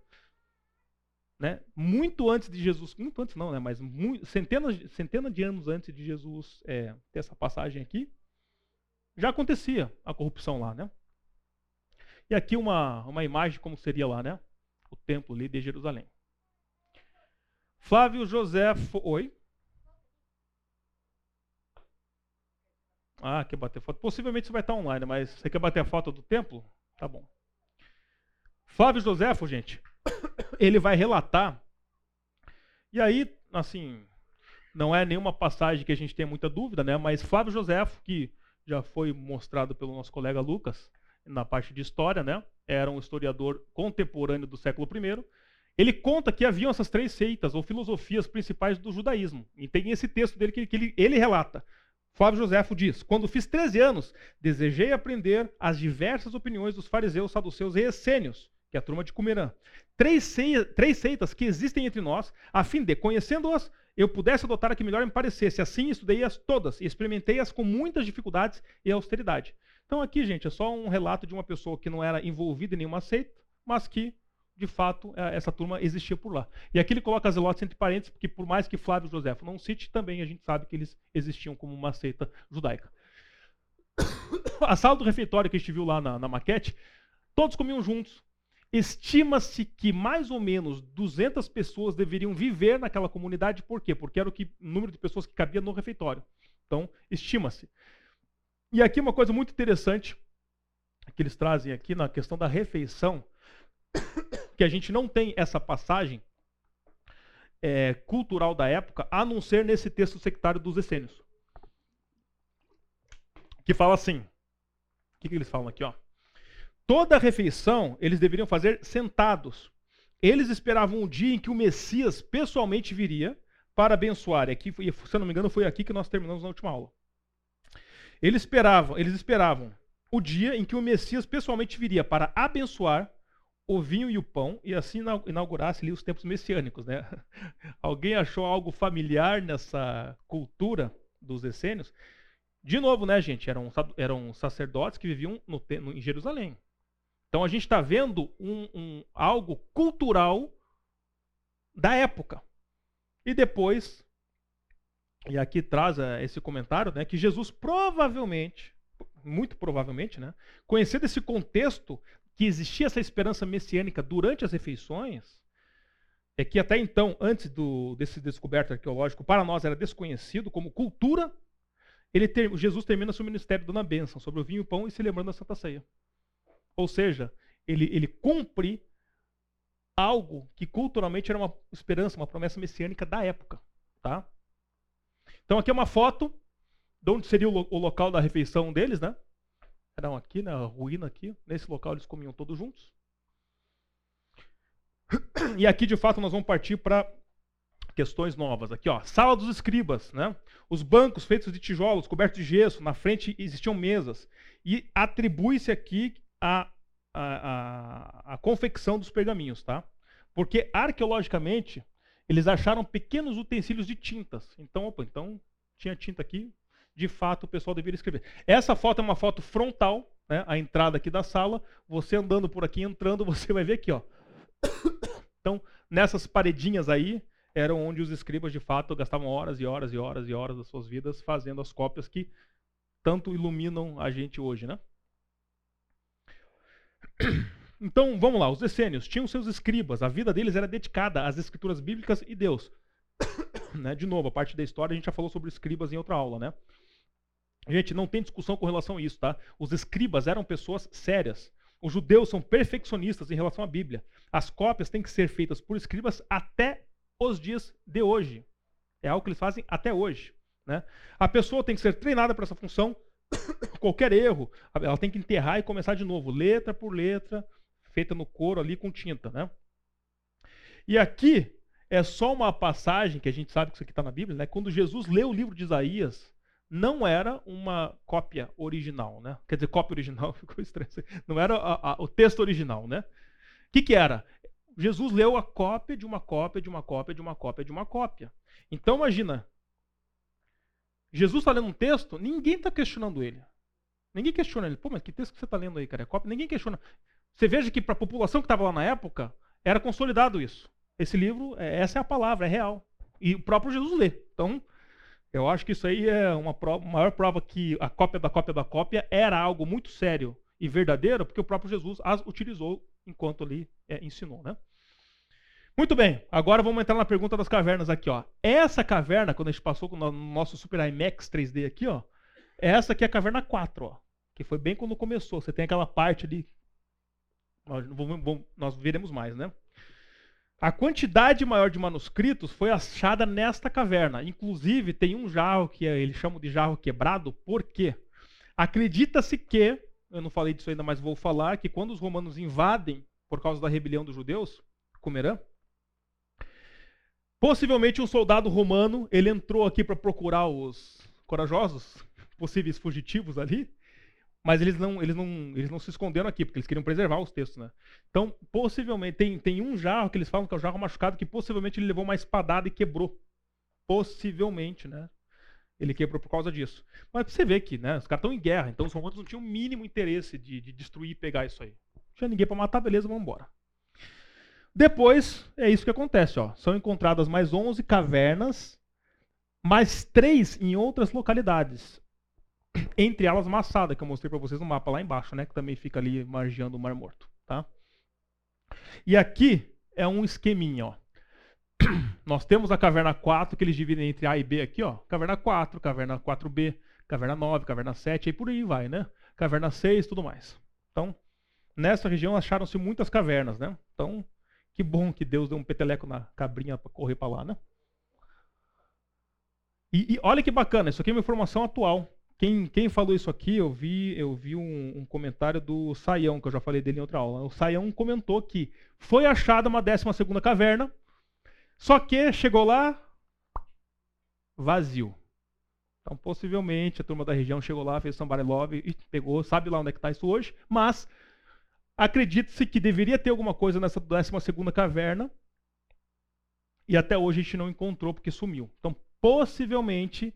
né, muito antes de Jesus, muito antes não, né, mas muito, centenas, centenas de anos antes de Jesus é, ter essa passagem aqui, já acontecia a corrupção lá, né? E aqui uma, uma imagem de como seria lá, né? O templo ali de Jerusalém. Flávio José... Oi? Ah, quer bater foto? Possivelmente você vai estar online, mas você quer bater a foto do templo? Tá bom. Flávio Joséfo, gente, ele vai relatar, e aí, assim, não é nenhuma passagem que a gente tenha muita dúvida, né? Mas Flávio Joséfo, que já foi mostrado pelo nosso colega Lucas na parte de história, né? Era um historiador contemporâneo do século primeiro. Ele conta que haviam essas três seitas ou filosofias principais do judaísmo. E tem esse texto dele que, que ele, ele relata. Flávio Joséfo diz: quando fiz treze anos, desejei aprender as diversas opiniões dos fariseus, saduceus e essênios, que é a turma de Qumran. Três, sei, três seitas que existem entre nós, a fim de, conhecendo-as, eu pudesse adotar a que melhor me parecesse. Assim, estudei-as todas e experimentei-as com muitas dificuldades e austeridade. Então aqui, gente, é só um relato de uma pessoa que não era envolvida em nenhuma seita, mas que, de fato, essa turma existia por lá. E aqui ele coloca Zelotes entre parênteses, porque por mais que Flávio Joséfo não cite, também a gente sabe que eles existiam como uma seita judaica. A sala do refeitório que a gente viu lá na, na maquete, todos comiam juntos. Estima-se que mais ou menos duzentas pessoas deveriam viver naquela comunidade. Por quê? Porque era o, que, o número de pessoas que cabia no refeitório. Então, estima-se. E aqui uma coisa muito interessante que eles trazem aqui na questão da refeição, que a gente não tem essa passagem é, cultural da época, a não ser nesse texto sectário dos essênios. Que fala assim, o que, que eles falam aqui, ó? Toda a refeição eles deveriam fazer sentados. Eles esperavam o dia em que o Messias pessoalmente viria para abençoar. E aqui, se eu não me engano, foi aqui que nós terminamos na última aula. Eles esperavam, eles esperavam o dia em que o Messias pessoalmente viria para abençoar o vinho e o pão e assim inaugurasse ali os tempos messiânicos, né? Alguém achou algo familiar nessa cultura dos essênios? De novo, né, gente? Eram, eram sacerdotes que viviam no, no, em Jerusalém. Então a gente está vendo um, um, algo cultural da época. E depois, e aqui traz uh, esse comentário, né, que Jesus provavelmente, muito provavelmente, né, conhecendo esse contexto que existia essa esperança messiânica durante as refeições, é que até então, antes do, desse descoberto arqueológico, para nós era desconhecido como cultura, ele ter, Jesus termina seu ministério dando a bênção sobre o vinho e o pão e se lembrando da Santa Ceia. Ou seja, ele, ele cumpre algo que culturalmente era uma esperança, uma promessa messiânica da época. Tá? Então aqui é uma foto de onde seria o, lo, o local da refeição deles, né? Eram aqui, na ruína aqui. Nesse local eles comiam todos juntos. E aqui, de fato, nós vamos partir para questões novas. Aqui, ó, sala dos escribas, né? Os bancos feitos de tijolos, cobertos de gesso. Na frente existiam mesas. E atribui-se aqui A, a, a, a confecção dos pergaminhos, tá? Porque arqueologicamente eles acharam pequenos utensílios de tintas. Então, opa, então tinha tinta aqui. De fato, o pessoal deveria escrever. Essa foto é uma foto frontal, né? A entrada aqui da sala. Você andando por aqui, entrando, você vai ver aqui, ó. Então, nessas paredinhas aí eram onde os escribas de fato gastavam horas e horas e horas e horas das suas vidas fazendo as cópias que tanto iluminam a gente hoje, né? Então, vamos lá, os essênios tinham seus escribas, a vida deles era dedicada às escrituras bíblicas e Deus. Né? De novo, a parte da história a gente já falou sobre escribas em outra aula, né? Gente, não tem discussão com relação a isso, tá? Os escribas eram pessoas sérias. Os judeus são perfeccionistas em relação à Bíblia. As cópias têm que ser feitas por escribas até os dias de hoje. É algo que eles fazem até hoje, né? A pessoa tem que ser treinada para essa função. Qualquer erro, ela tem que enterrar e começar de novo, letra por letra, feita no couro ali com tinta, né? E aqui é só uma passagem que a gente sabe que isso aqui está na Bíblia, né? Quando Jesus leu o livro de Isaías, não era uma cópia original, né? Quer dizer, cópia original, ficou estranho. Não era a, a, o texto original, né? O que que era? Jesus leu a cópia de uma cópia, de uma cópia, de uma cópia, de uma cópia. Então imagina, Jesus está lendo um texto, ninguém está questionando ele. Ninguém questiona ele. Pô, mas que texto que você está lendo aí, cara? É cópia? Ninguém questiona. Você veja que para a população que estava lá na época, era consolidado isso. Esse livro, essa é a palavra, é real. E o próprio Jesus lê. Então, eu acho que isso aí é uma prova, maior prova que a cópia da cópia da cópia era algo muito sério e verdadeiro, porque o próprio Jesus as utilizou enquanto ali é, ensinou, né? Muito bem, agora vamos entrar na pergunta das cavernas aqui, ó. Essa caverna, quando a gente passou no nosso Super IMAX três D aqui, ó, Essa aqui é a caverna quatro, ó, que foi bem quando começou. Você tem aquela parte ali. Nós, vamos, nós veremos mais, né? A quantidade maior de manuscritos foi achada nesta caverna. Inclusive, tem um jarro que eles chamam de jarro quebrado. Por quê? Acredita-se que, eu não falei disso ainda, mas vou falar, que quando os romanos invadem, por causa da rebelião dos judeus, Comerã, possivelmente um soldado romano, ele entrou aqui para procurar os corajosos, possíveis fugitivos ali, mas eles não, eles, não, eles não se esconderam aqui, porque eles queriam preservar os textos, né? Então, possivelmente, tem, tem um jarro que eles falam que é o jarro machucado, que possivelmente ele levou uma espadada e quebrou. Possivelmente, né? Ele quebrou por causa disso. Mas você vê que, né, os caras estão em guerra, então os romanos não tinham o mínimo interesse de, de destruir e pegar isso aí. Não tinha ninguém para matar, beleza, vamos embora. Depois, é isso que acontece, ó. São encontradas mais onze cavernas, mais três em outras localidades. Entre elas Massada, que eu mostrei para vocês no mapa lá embaixo, né, que também fica ali margeando o Mar Morto, tá? E aqui é um esqueminha, ó. Nós temos a caverna quatro, que eles dividem entre A e B aqui, ó. Caverna quatro, caverna quatro B, caverna nove, caverna sete, e por aí vai, né? Caverna seis, tudo mais. Então, nessa região acharam-se muitas cavernas, né? Então, que bom que Deus deu um peteleco na cabrinha para correr para lá, né? E, e olha que bacana, isso aqui é uma informação atual. Quem, quem falou isso aqui, eu vi, eu vi um, um comentário do Saião, que eu já falei dele em outra aula. O Saião comentou que foi achada uma décima segunda caverna, só que chegou lá, vazio. Então, possivelmente, a turma da região chegou lá, fez somebody love e pegou, sabe lá onde é que está isso hoje, mas acredita-se que deveria ter alguma coisa nessa décima segunda caverna e até hoje a gente não encontrou porque sumiu. Então, possivelmente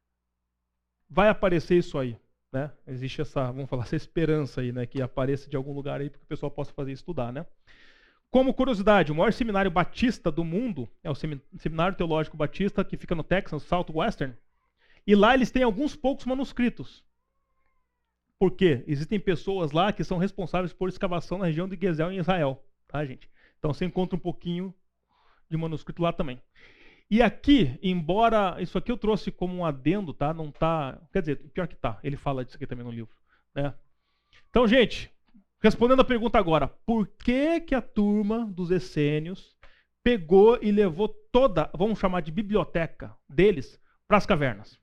vai aparecer isso aí, né? Existe essa, vamos falar, essa esperança aí, né, que apareça de algum lugar aí para que o pessoal possa fazer estudar, né? Como curiosidade, o maior seminário batista do mundo é o Seminário Teológico Batista, que fica no Texas, Southwestern, e lá eles têm alguns poucos manuscritos. Por quê? Existem pessoas lá que são responsáveis por escavação na região de Gezel, em Israel, tá, gente? Então você encontra um pouquinho de manuscrito lá também. E aqui, embora isso aqui eu trouxe como um adendo, tá? Não tá, quer dizer, pior que tá. Ele fala disso aqui também no livro, né? Então, gente, respondendo a pergunta agora, por que que a turma dos essênios pegou e levou toda, vamos chamar de biblioteca deles, para as cavernas?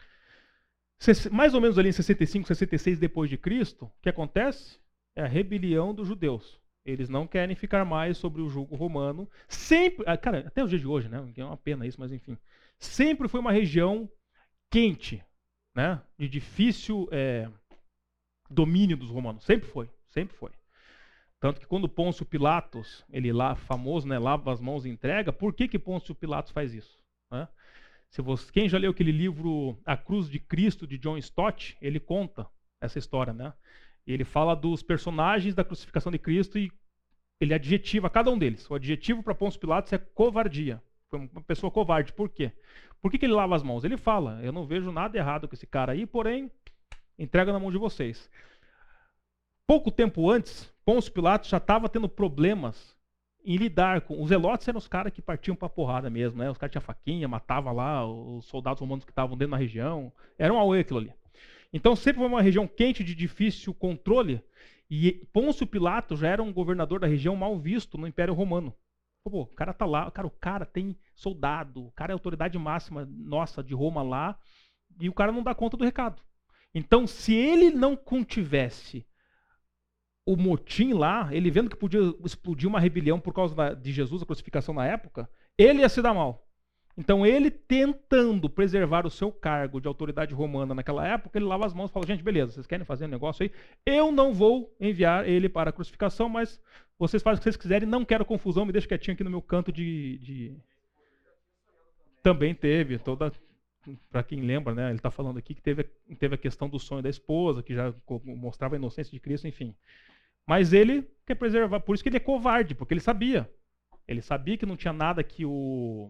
Mais ou menos ali em sessenta e cinco, sessenta e seis depois de Cristo, o que acontece? É a rebelião dos judeus. Eles não querem ficar mais sobre o jugo romano. Sempre, cara, até o dia de hoje, né? É uma pena isso, mas enfim. Sempre foi uma região quente, né? De difícil é, domínio dos romanos. Sempre foi, sempre foi. Tanto que quando Pôncio Pilatos, ele lá famoso, né, lava as mãos e entrega, por que que Pôncio Pilatos faz isso? Né? Se você, quem já leu aquele livro A Cruz de Cristo, de John Stott, ele conta essa história, né? Ele fala dos personagens da crucificação de Cristo e ele adjetiva cada um deles. O adjetivo para Pôncio Pilatos é covardia. Foi uma pessoa covarde. Por quê? Por que que ele lava as mãos? Ele fala, eu não vejo nada errado com esse cara aí, porém, entrega na mão de vocês. Pouco tempo antes, Pôncio Pilatos já estava tendo problemas em lidar com... Os zelotes eram os caras que partiam para porrada mesmo, né? Os caras tinham faquinha, matavam lá os soldados romanos que estavam dentro da região. Era um auê aquilo ali. Então sempre foi uma região quente de difícil controle e Pôncio Pilatos já era um governador da região mal visto no Império Romano. Pô, o cara tá lá, cara, o cara tem soldado, o cara é a autoridade máxima nossa de Roma lá e o cara não dá conta do recado. Então se ele não contivesse o motim lá, ele vendo que podia explodir uma rebelião por causa da, de Jesus, a crucificação na época, ele ia se dar mal. Então ele tentando preservar o seu cargo de autoridade romana naquela época, ele lava as mãos e fala, gente, beleza, vocês querem fazer um negócio aí? Eu não vou enviar ele para a crucificação, mas vocês fazem o que vocês quiserem, não quero confusão, me deixa quietinho aqui no meu canto de... de... Também teve, toda... Para quem lembra, né, ele está falando aqui que teve, teve a questão do sonho da esposa, que já mostrava a inocência de Cristo, enfim. Mas ele quer preservar, por isso que ele é covarde, porque ele sabia. Ele sabia que não tinha nada que o...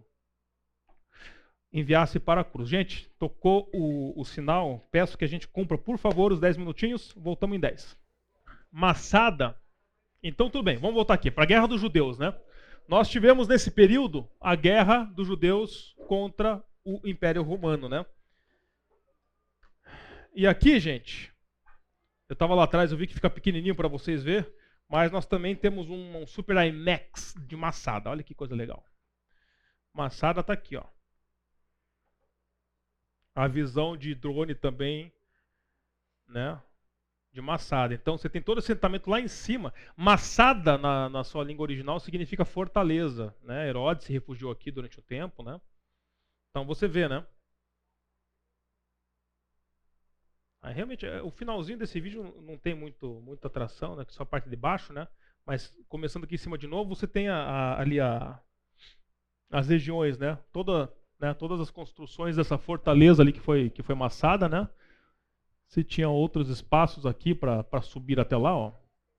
enviasse para a cruz. Gente, tocou o, o sinal. Peço que a gente cumpra, por favor, os dez minutinhos. Voltamos em dez. Massada. Então, tudo bem. Vamos voltar aqui. Para a Guerra dos Judeus, né? Nós tivemos, nesse período, a Guerra dos Judeus contra o Império Romano, né? E aqui, gente, eu estava lá atrás, eu vi que fica pequenininho para vocês verem, mas nós também temos um, um Super IMAX de Masada. Olha que coisa legal. Masada está aqui, ó. A visão de drone também, né, de Masada. Então você tem todo esse assentamento lá em cima. Masada, na, na sua língua original, significa fortaleza, né? Herodes se refugiou aqui durante o tempo, né? Então você vê, né? Aí, realmente, o finalzinho desse vídeo não tem muito, muita atração, né? Só a parte de baixo, né? Mas começando aqui em cima de novo, você tem a, a, ali a, as regiões, né? Toda, né? Todas as construções dessa fortaleza ali que foi, que foi amassada, né? Se tinha outros espaços aqui para subir até lá, ó.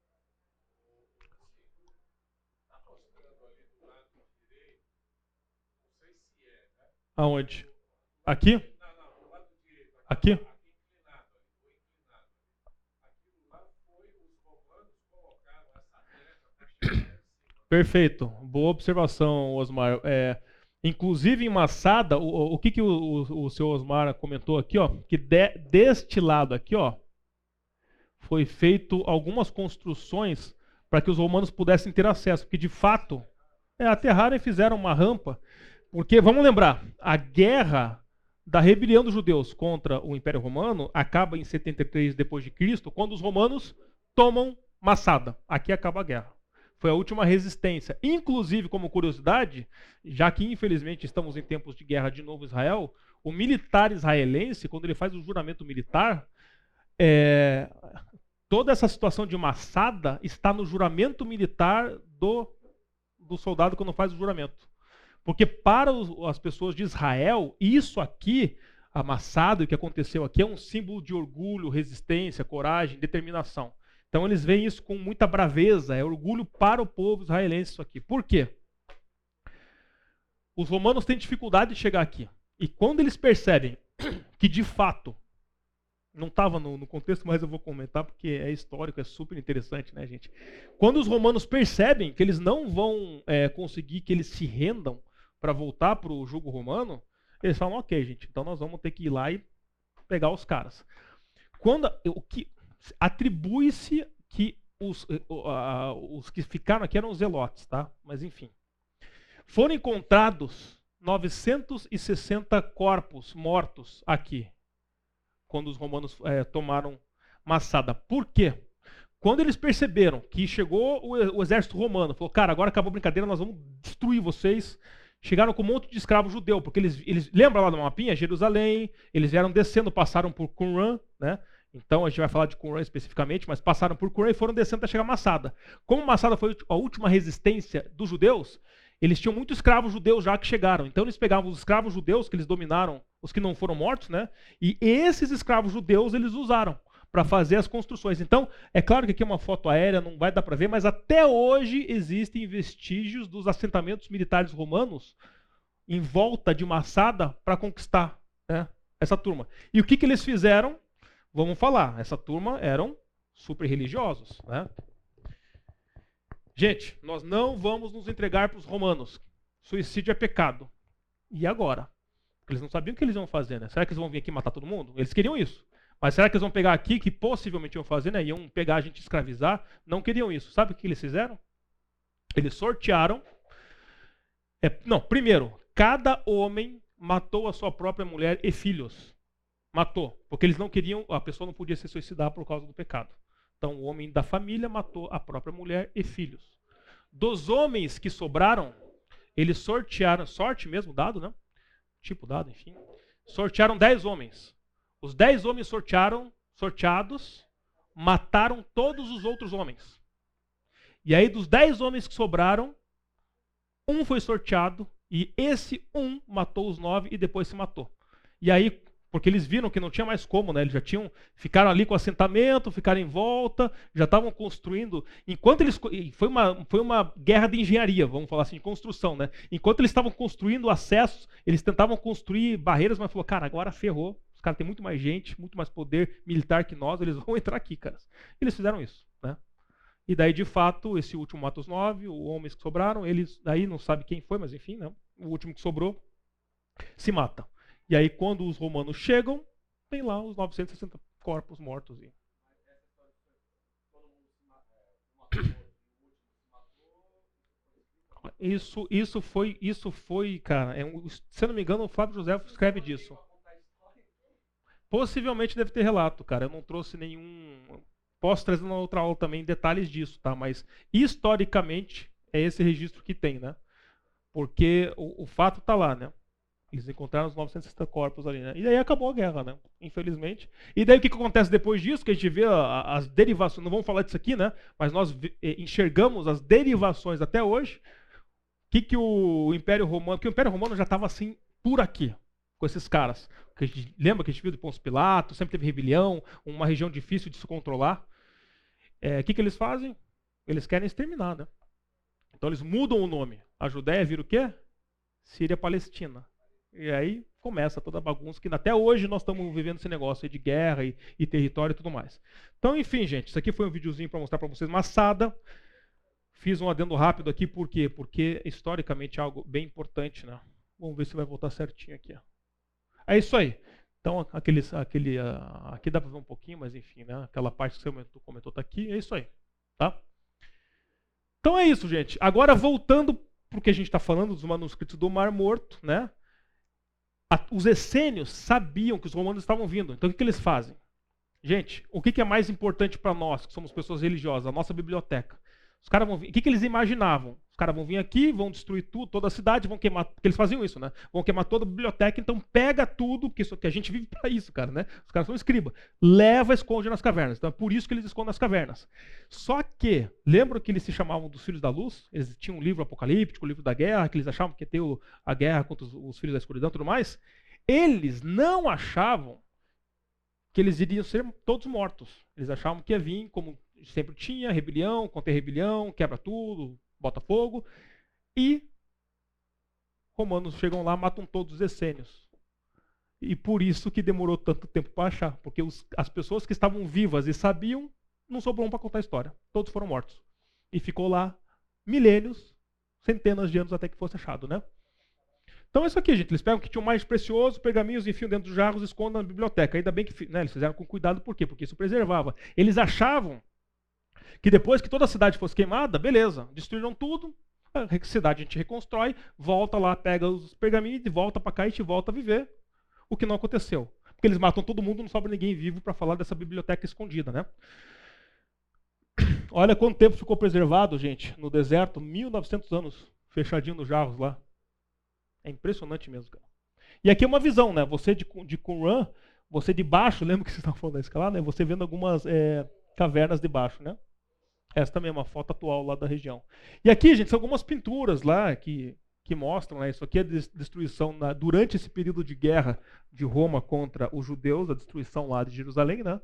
Aonde? Aqui? Aqui? Perfeito. Boa observação, Osmar. É, inclusive em Masada, o, o que, que o, o, o seu Osmar comentou aqui, ó, que de, deste lado aqui, ó, foi feito algumas construções para que os romanos pudessem ter acesso, porque de fato, é, aterraram e fizeram uma rampa, porque vamos lembrar, a guerra da rebelião dos judeus contra o Império Romano acaba em setenta e três depois de Cristo, quando os romanos tomam Massada. Aqui acaba a guerra. Foi a última resistência. Inclusive, como curiosidade, já que infelizmente estamos em tempos de guerra de novo Israel, o militar israelense, quando ele faz o juramento militar, é, toda essa situação de Massada está no juramento militar do, do soldado quando faz o juramento. Porque para os, as pessoas de Israel, isso aqui, a Massada, o que aconteceu aqui, é um símbolo de orgulho, resistência, coragem, determinação. Então eles veem isso com muita braveza, é orgulho para o povo israelense isso aqui. Por quê? Os romanos têm dificuldade de chegar aqui. E quando eles percebem que de fato, não estava no, no contexto, mas eu vou comentar porque é histórico, é super interessante, né, gente? Quando os romanos percebem que eles não vão é, conseguir que eles se rendam para voltar para o jugo romano, eles falam, ok, gente, então nós vamos ter que ir lá e pegar os caras. Quando o que atribui-se que os, uh, os que ficaram aqui eram os zelotes, tá? Mas enfim. Foram encontrados novecentos e sessenta corpos mortos aqui, quando os romanos é, tomaram Massada. Por quê? Quando eles perceberam que chegou o, o exército romano, falou, cara, agora acabou a brincadeira, nós vamos destruir vocês. Chegaram com um monte de escravo judeu, porque eles, eles lembram lá do mapinha? Jerusalém, eles vieram descendo, passaram por Qumran, né? Então a gente vai falar de Qumran especificamente, mas passaram por Qumran e foram descendo até chegar a Massada. Como Massada foi a última resistência dos judeus, eles tinham muitos escravos judeus já que chegaram. Então eles pegavam os escravos judeus que eles dominaram, os que não foram mortos, né? E esses escravos judeus eles usaram para fazer as construções. Então, é claro que aqui é uma foto aérea, não vai dar para ver, mas até hoje existem vestígios dos assentamentos militares romanos em volta de Massada para conquistar, né, essa turma. E o que, que eles fizeram? Vamos falar. Essa turma eram super religiosos, né? Gente, nós não vamos nos entregar para os romanos. Suicídio é pecado. E agora? Porque eles não sabiam o que eles iam fazer, né? Será que eles vão vir aqui matar todo mundo? Eles queriam isso. Mas será que eles vão pegar aqui, que possivelmente iam fazer, né? Iam pegar a gente e escravizar? Não queriam isso. Sabe o que eles fizeram? Eles sortearam. É, não, primeiro, cada homem matou a sua própria mulher e filhos. Matou. Porque eles não queriam, a pessoa não podia se suicidar por causa do pecado. Então o homem da família matou a própria mulher e filhos. Dos homens que sobraram, eles sortearam, sorte mesmo, dado, né? Tipo dado, enfim. Sortearam dez homens. Os dez homens sortearam, sorteados, mataram todos os outros homens. E aí dos dez homens que sobraram, um foi sorteado e esse um matou os nove e depois se matou. E aí, porque eles viram que não tinha mais como, né? Eles já tinham, ficaram ali com o assentamento, ficaram em volta, já estavam construindo. Enquanto eles, foi uma, foi uma guerra de engenharia, vamos falar assim, de construção, né? Enquanto eles estavam construindo acessos, eles tentavam construir barreiras, mas falou, cara, agora ferrou. Os caras têm muito mais gente, muito mais poder militar que nós, eles vão entrar aqui, cara. Eles fizeram isso, né? E daí, de fato, esse último mata os nove, os homens que sobraram, eles, aí não sabe quem foi, mas enfim, né? O último que sobrou se mata. E aí, quando os romanos chegam, tem lá os novecentos e sessenta corpos mortos. Isso, isso foi, isso foi, cara, é um, se eu não me engano, o Flávio José escreve disso. Possivelmente deve ter relato, cara. Eu não trouxe nenhum. Posso trazer uma outra aula também detalhes disso, tá? Mas historicamente é esse registro que tem, né? Porque o, o fato tá lá, né? Eles encontraram os novecentos e sessenta corpos ali, né? E aí acabou a guerra, né? Infelizmente. E daí o que, que acontece depois disso? Que a gente vê a, a, as derivações. Não vamos falar disso aqui, né? Mas nós vi, enxergamos as derivações até hoje. O que, que o Império Romano. Que o Império Romano já estava assim por aqui, com esses caras. Que a gente, lembra que a gente viu de Pôncio Pilato, sempre teve rebelião, uma região difícil de se controlar. É, o que, que eles fazem? Eles querem exterminar, né? Então eles mudam o nome. A Judéia vira o quê? Síria-Palestina. E aí começa toda a bagunça, que até hoje nós estamos vivendo esse negócio aí de guerra e, e território e tudo mais. Então, enfim, gente, isso aqui foi um videozinho para mostrar para vocês Massada. Fiz um adendo rápido aqui, por quê? Porque historicamente é algo bem importante, né? Vamos ver se vai voltar certinho aqui. Ó. É isso aí. Então, aquele, aquele, uh, aqui dá para ver um pouquinho, mas enfim, né? Aquela parte que você comentou, comentou tá aqui, é isso aí. Tá? Então é isso, gente. Agora, voltando para o que a gente está falando dos manuscritos do Mar Morto, né? Os essênios sabiam que os romanos estavam vindo. Então o que, que eles fazem? Gente, o que, que é mais importante para nós, que somos pessoas religiosas? A nossa biblioteca. Os caras vão vir. O que, que eles imaginavam? Os caras vão vir aqui, vão destruir tudo, toda a cidade, vão queimar. Porque eles faziam isso, né? Vão queimar toda a biblioteca, então pega tudo, porque isso, que a gente vive para isso, cara, né? Os caras são escriba. Leva, esconde nas cavernas. Então é por isso que eles escondem nas cavernas. Só que, lembram que eles se chamavam dos Filhos da Luz? Eles tinham um livro apocalíptico, o livro da guerra, que eles achavam que ia ter o, a guerra contra os, os filhos da escuridão e tudo mais. Eles não achavam que eles iriam ser todos mortos. Eles achavam que ia vir, como sempre tinha, rebelião, conter rebelião, quebra tudo, bota fogo. E romanos chegam lá, matam todos os essênios. E por isso que demorou tanto tempo para achar. Porque os, as pessoas que estavam vivas e sabiam, não sobrou um para contar a história. Todos foram mortos. E ficou lá milênios, centenas de anos até que fosse achado, né? Então é isso aqui, gente. Eles pegam o que tinham mais precioso, pergaminhos, enfiam dentro dos jarros e escondem na biblioteca. Ainda bem que, né, eles fizeram com cuidado, por quê? Porque isso preservava. Eles achavam que depois que toda a cidade fosse queimada, beleza, destruíram tudo, a cidade a gente reconstrói, volta lá, pega os pergaminhos e volta para cá e a gente volta a viver. O que não aconteceu. Porque eles matam todo mundo, não sobra ninguém vivo para falar dessa biblioteca escondida, né? Olha quanto tempo ficou preservado, gente, no deserto, mil e novecentos anos, fechadinho nos jarros lá. É impressionante mesmo, cara. E aqui é uma visão, né? Você de, de Qumran, você de baixo, lembra que vocês estavam falando da escala, né? Você vendo algumas é, cavernas de baixo, né? Essa também é uma foto atual lá da região. E aqui, gente, são algumas pinturas lá que, que mostram, né? Isso aqui é a destruição na, durante esse período de guerra de Roma contra os judeus, a destruição lá de Jerusalém, né?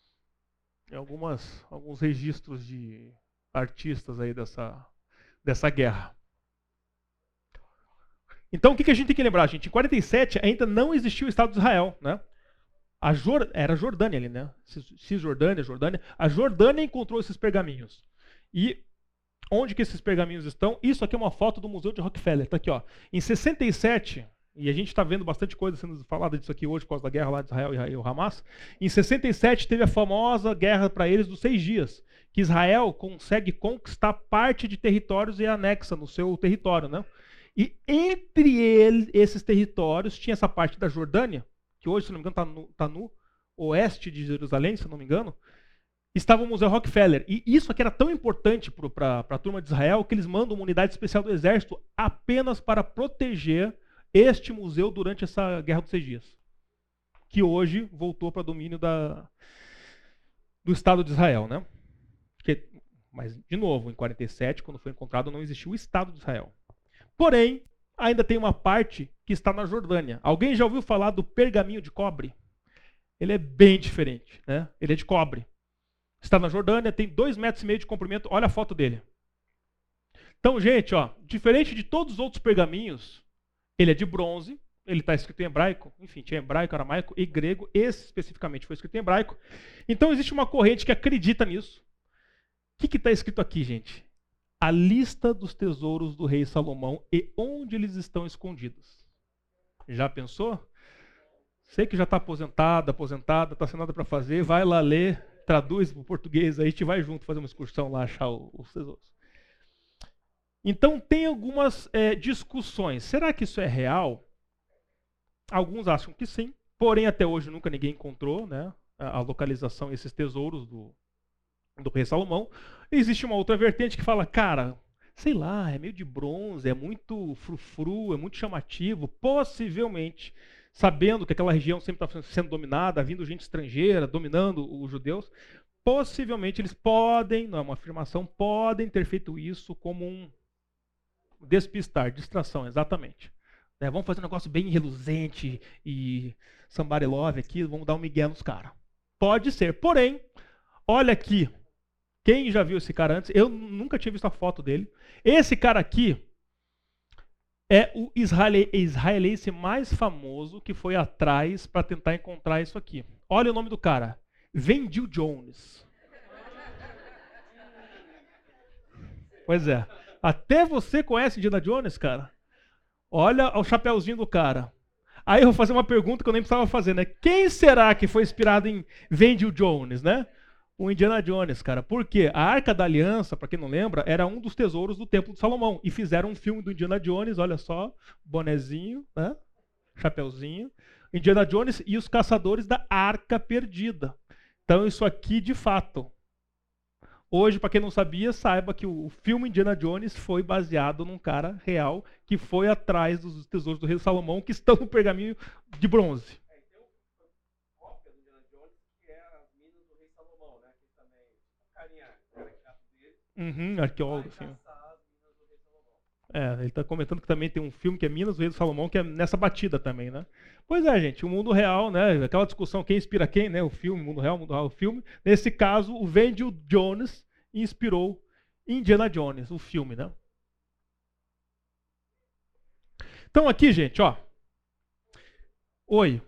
E algumas, alguns registros de artistas aí dessa, dessa guerra. Então, o que a gente tem que lembrar, gente? Em quarenta e sete ainda não existia o Estado de Israel, né? A Jor... Era a Jordânia ali, né? Cisjordânia, Jordânia. A Jordânia encontrou esses pergaminhos. E onde que esses pergaminhos estão? Isso aqui é uma foto do Museu de Rockefeller. Está aqui, ó. Em sessenta e sete, e a gente está vendo bastante coisa sendo falada disso aqui hoje por causa da guerra lá de Israel e o Hamas. Em sessenta e sete teve a famosa guerra para eles dos seis dias, que Israel consegue conquistar parte de territórios e anexa no seu território, né? E entre eles, esses territórios, tinha essa parte da Jordânia, que hoje, se não me engano, está no, tá no oeste de Jerusalém, se não me engano, estava o Museu Rockefeller. E isso aqui era tão importante para a turma de Israel que eles mandam uma unidade especial do exército apenas para proteger este museu durante essa Guerra dos Seis Dias, que hoje voltou para domínio da, do Estado de Israel, né? Porque, mas, de novo, em quarenta e sete, quando foi encontrado, não existiu o Estado de Israel. Porém, ainda tem uma parte que está na Jordânia. Alguém já ouviu falar do pergaminho de cobre? Ele é bem diferente, né? Ele é de cobre. Está na Jordânia, tem dois metros e meio de comprimento. Olha a foto dele. Então, gente, ó, diferente de todos os outros pergaminhos, ele é de bronze. Ele está escrito em hebraico. Enfim, tinha hebraico, aramaico e grego. Esse especificamente foi escrito em hebraico. Então, existe uma corrente que acredita nisso. O que está escrito aqui, gente? A lista dos tesouros do rei Salomão e onde eles estão escondidos. Já pensou? Você que já está aposentado, aposentada, está sem nada para fazer, vai lá ler, traduz para o português, aí a gente vai junto fazer uma excursão lá, achar os tesouros. Então tem algumas é, discussões. Será que isso é real? Alguns acham que sim, porém até hoje nunca ninguém encontrou, né, a localização desses tesouros do, do rei Salomão. Existe uma outra vertente que fala, cara, sei lá, é meio de bronze, é muito frufru, é muito chamativo, possivelmente, sabendo que aquela região sempre está sendo dominada, vindo gente estrangeira, dominando os judeus, possivelmente eles podem, não é uma afirmação, podem ter feito isso como um despistar, distração, exatamente. É, vamos fazer um negócio bem reluzente e somebody love aqui, vamos dar um migué nos caras. Pode ser, porém, olha aqui, quem já viu esse cara antes, eu nunca tinha visto a foto dele. Esse cara aqui é o israele, israelense mais famoso que foi atrás para tentar encontrar isso aqui. Olha o nome do cara, Vendil Jones. Pois é, até você conhece Indiana Jones, cara? Olha o chapéuzinho do cara. Aí eu vou fazer uma pergunta que eu nem precisava fazer, né? Quem será que foi inspirado em Vendil Jones, né? O Indiana Jones, cara. Por quê? A Arca da Aliança, para quem não lembra, era um dos tesouros do Templo de Salomão. E fizeram um filme do Indiana Jones, olha só, bonezinho, né? Chapeuzinho. Indiana Jones e os Caçadores da Arca Perdida. Então isso aqui, de fato... Hoje, para quem não sabia, saiba que o filme Indiana Jones foi baseado num cara real que foi atrás dos tesouros do rei Salomão que estão no pergaminho de bronze. É, e tem uma cópia do Indiana Jones que é as minas do rei Salomão, né? Que também, o carinha, o cara que caça dele, Uhum, arqueólogo, vai assim. caçar as minas do rei Salomão. É, ele está comentando que também tem um filme que é Minas do Rei do Salomão, que é nessa batida também, né? Pois é, gente, o mundo real, né? Aquela discussão, quem inspira quem, né? O filme, mundo real, mundo real, o filme. Nesse caso, o Vendil Jones inspirou Indiana Jones, o filme, né? Então aqui, gente, ó. Oi.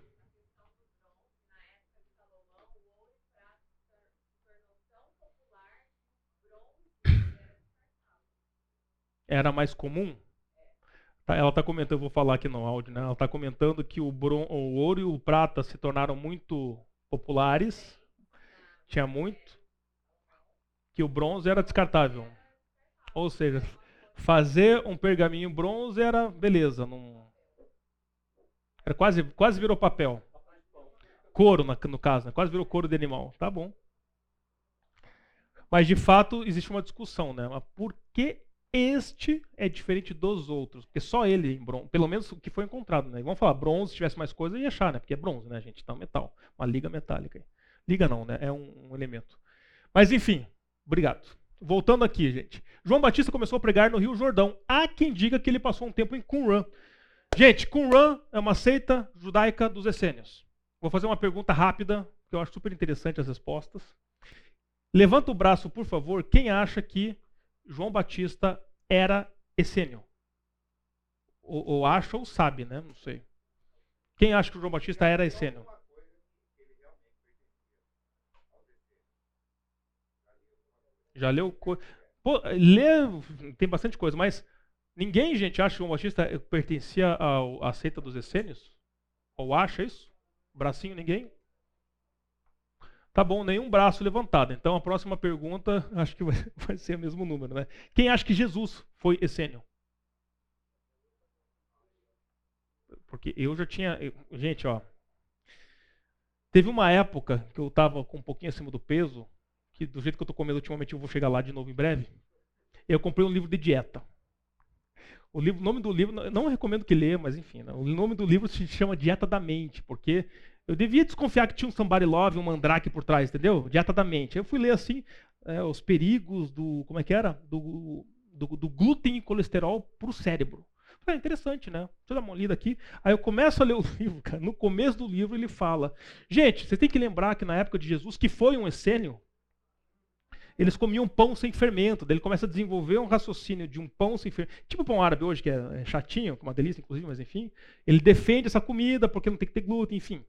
Era mais comum? Ela está comentando, eu vou falar aqui no áudio, né? Ela está comentando que o, bron o ouro e o prata se tornaram muito populares. Tinha muito. Que o bronze era descartável. Ou seja, fazer um pergaminho bronze era beleza. Não... Era quase, quase virou papel. Couro, no caso, né? Quase virou couro de animal. Tá bom. Mas de fato existe uma discussão, né? Mas por que este é diferente dos outros? Porque só ele, bronze, pelo menos o que foi encontrado, né? Vamos falar, bronze, se tivesse mais coisa, ia achar, né? Porque é bronze, né, gente? Então, metal. Uma liga metálica. Liga não, né? É um, um elemento. Mas enfim, obrigado. Voltando aqui, gente. João Batista começou a pregar no Rio Jordão. Há quem diga que ele passou um tempo em Qumran. Gente, Qumran é uma seita judaica dos essênios. Vou fazer uma pergunta rápida, que eu acho super interessante as respostas. Levanta o braço, por favor, quem acha que João Batista era essênio? Ou, ou acha ou sabe, né? Não sei. Quem acha que o João Batista era essênio? Já leu? Pô, lê, tem bastante coisa, mas ninguém, gente, acha que o João Batista pertencia ao, à seita dos essênios? Ou acha isso? Bracinho, ninguém? Tá bom, nenhum braço levantado. Então a próxima pergunta, acho que vai, vai ser o mesmo número, né? Quem acha que Jesus foi essênio? Porque eu já tinha... Eu, gente, ó. Teve uma época que eu estava com um pouquinho acima do peso, que do jeito que eu estou comendo ultimamente, eu vou chegar lá de novo em breve. Eu comprei um livro de dieta. O livro, nome do livro, não recomendo que leia, mas enfim, né? O nome do livro se chama Dieta da Mente, porque eu devia desconfiar que tinha um somebody love, um mandrake por trás, entendeu? Dieta da Mente. Eu fui ler assim, é, os perigos do, como é que era? Do, do, do glúten e colesterol para o cérebro. Ah, interessante, né? Deixa eu dar uma lida aqui. Aí eu começo a ler o livro, cara. No começo do livro ele fala, gente, você tem que lembrar que na época de Jesus, que foi um essênio, eles comiam pão sem fermento. Daí ele começa a desenvolver um raciocínio de um pão sem fermento. Tipo o pão árabe hoje, que é chatinho, uma delícia, inclusive, mas enfim. Ele defende essa comida porque não tem que ter glúten, enfim.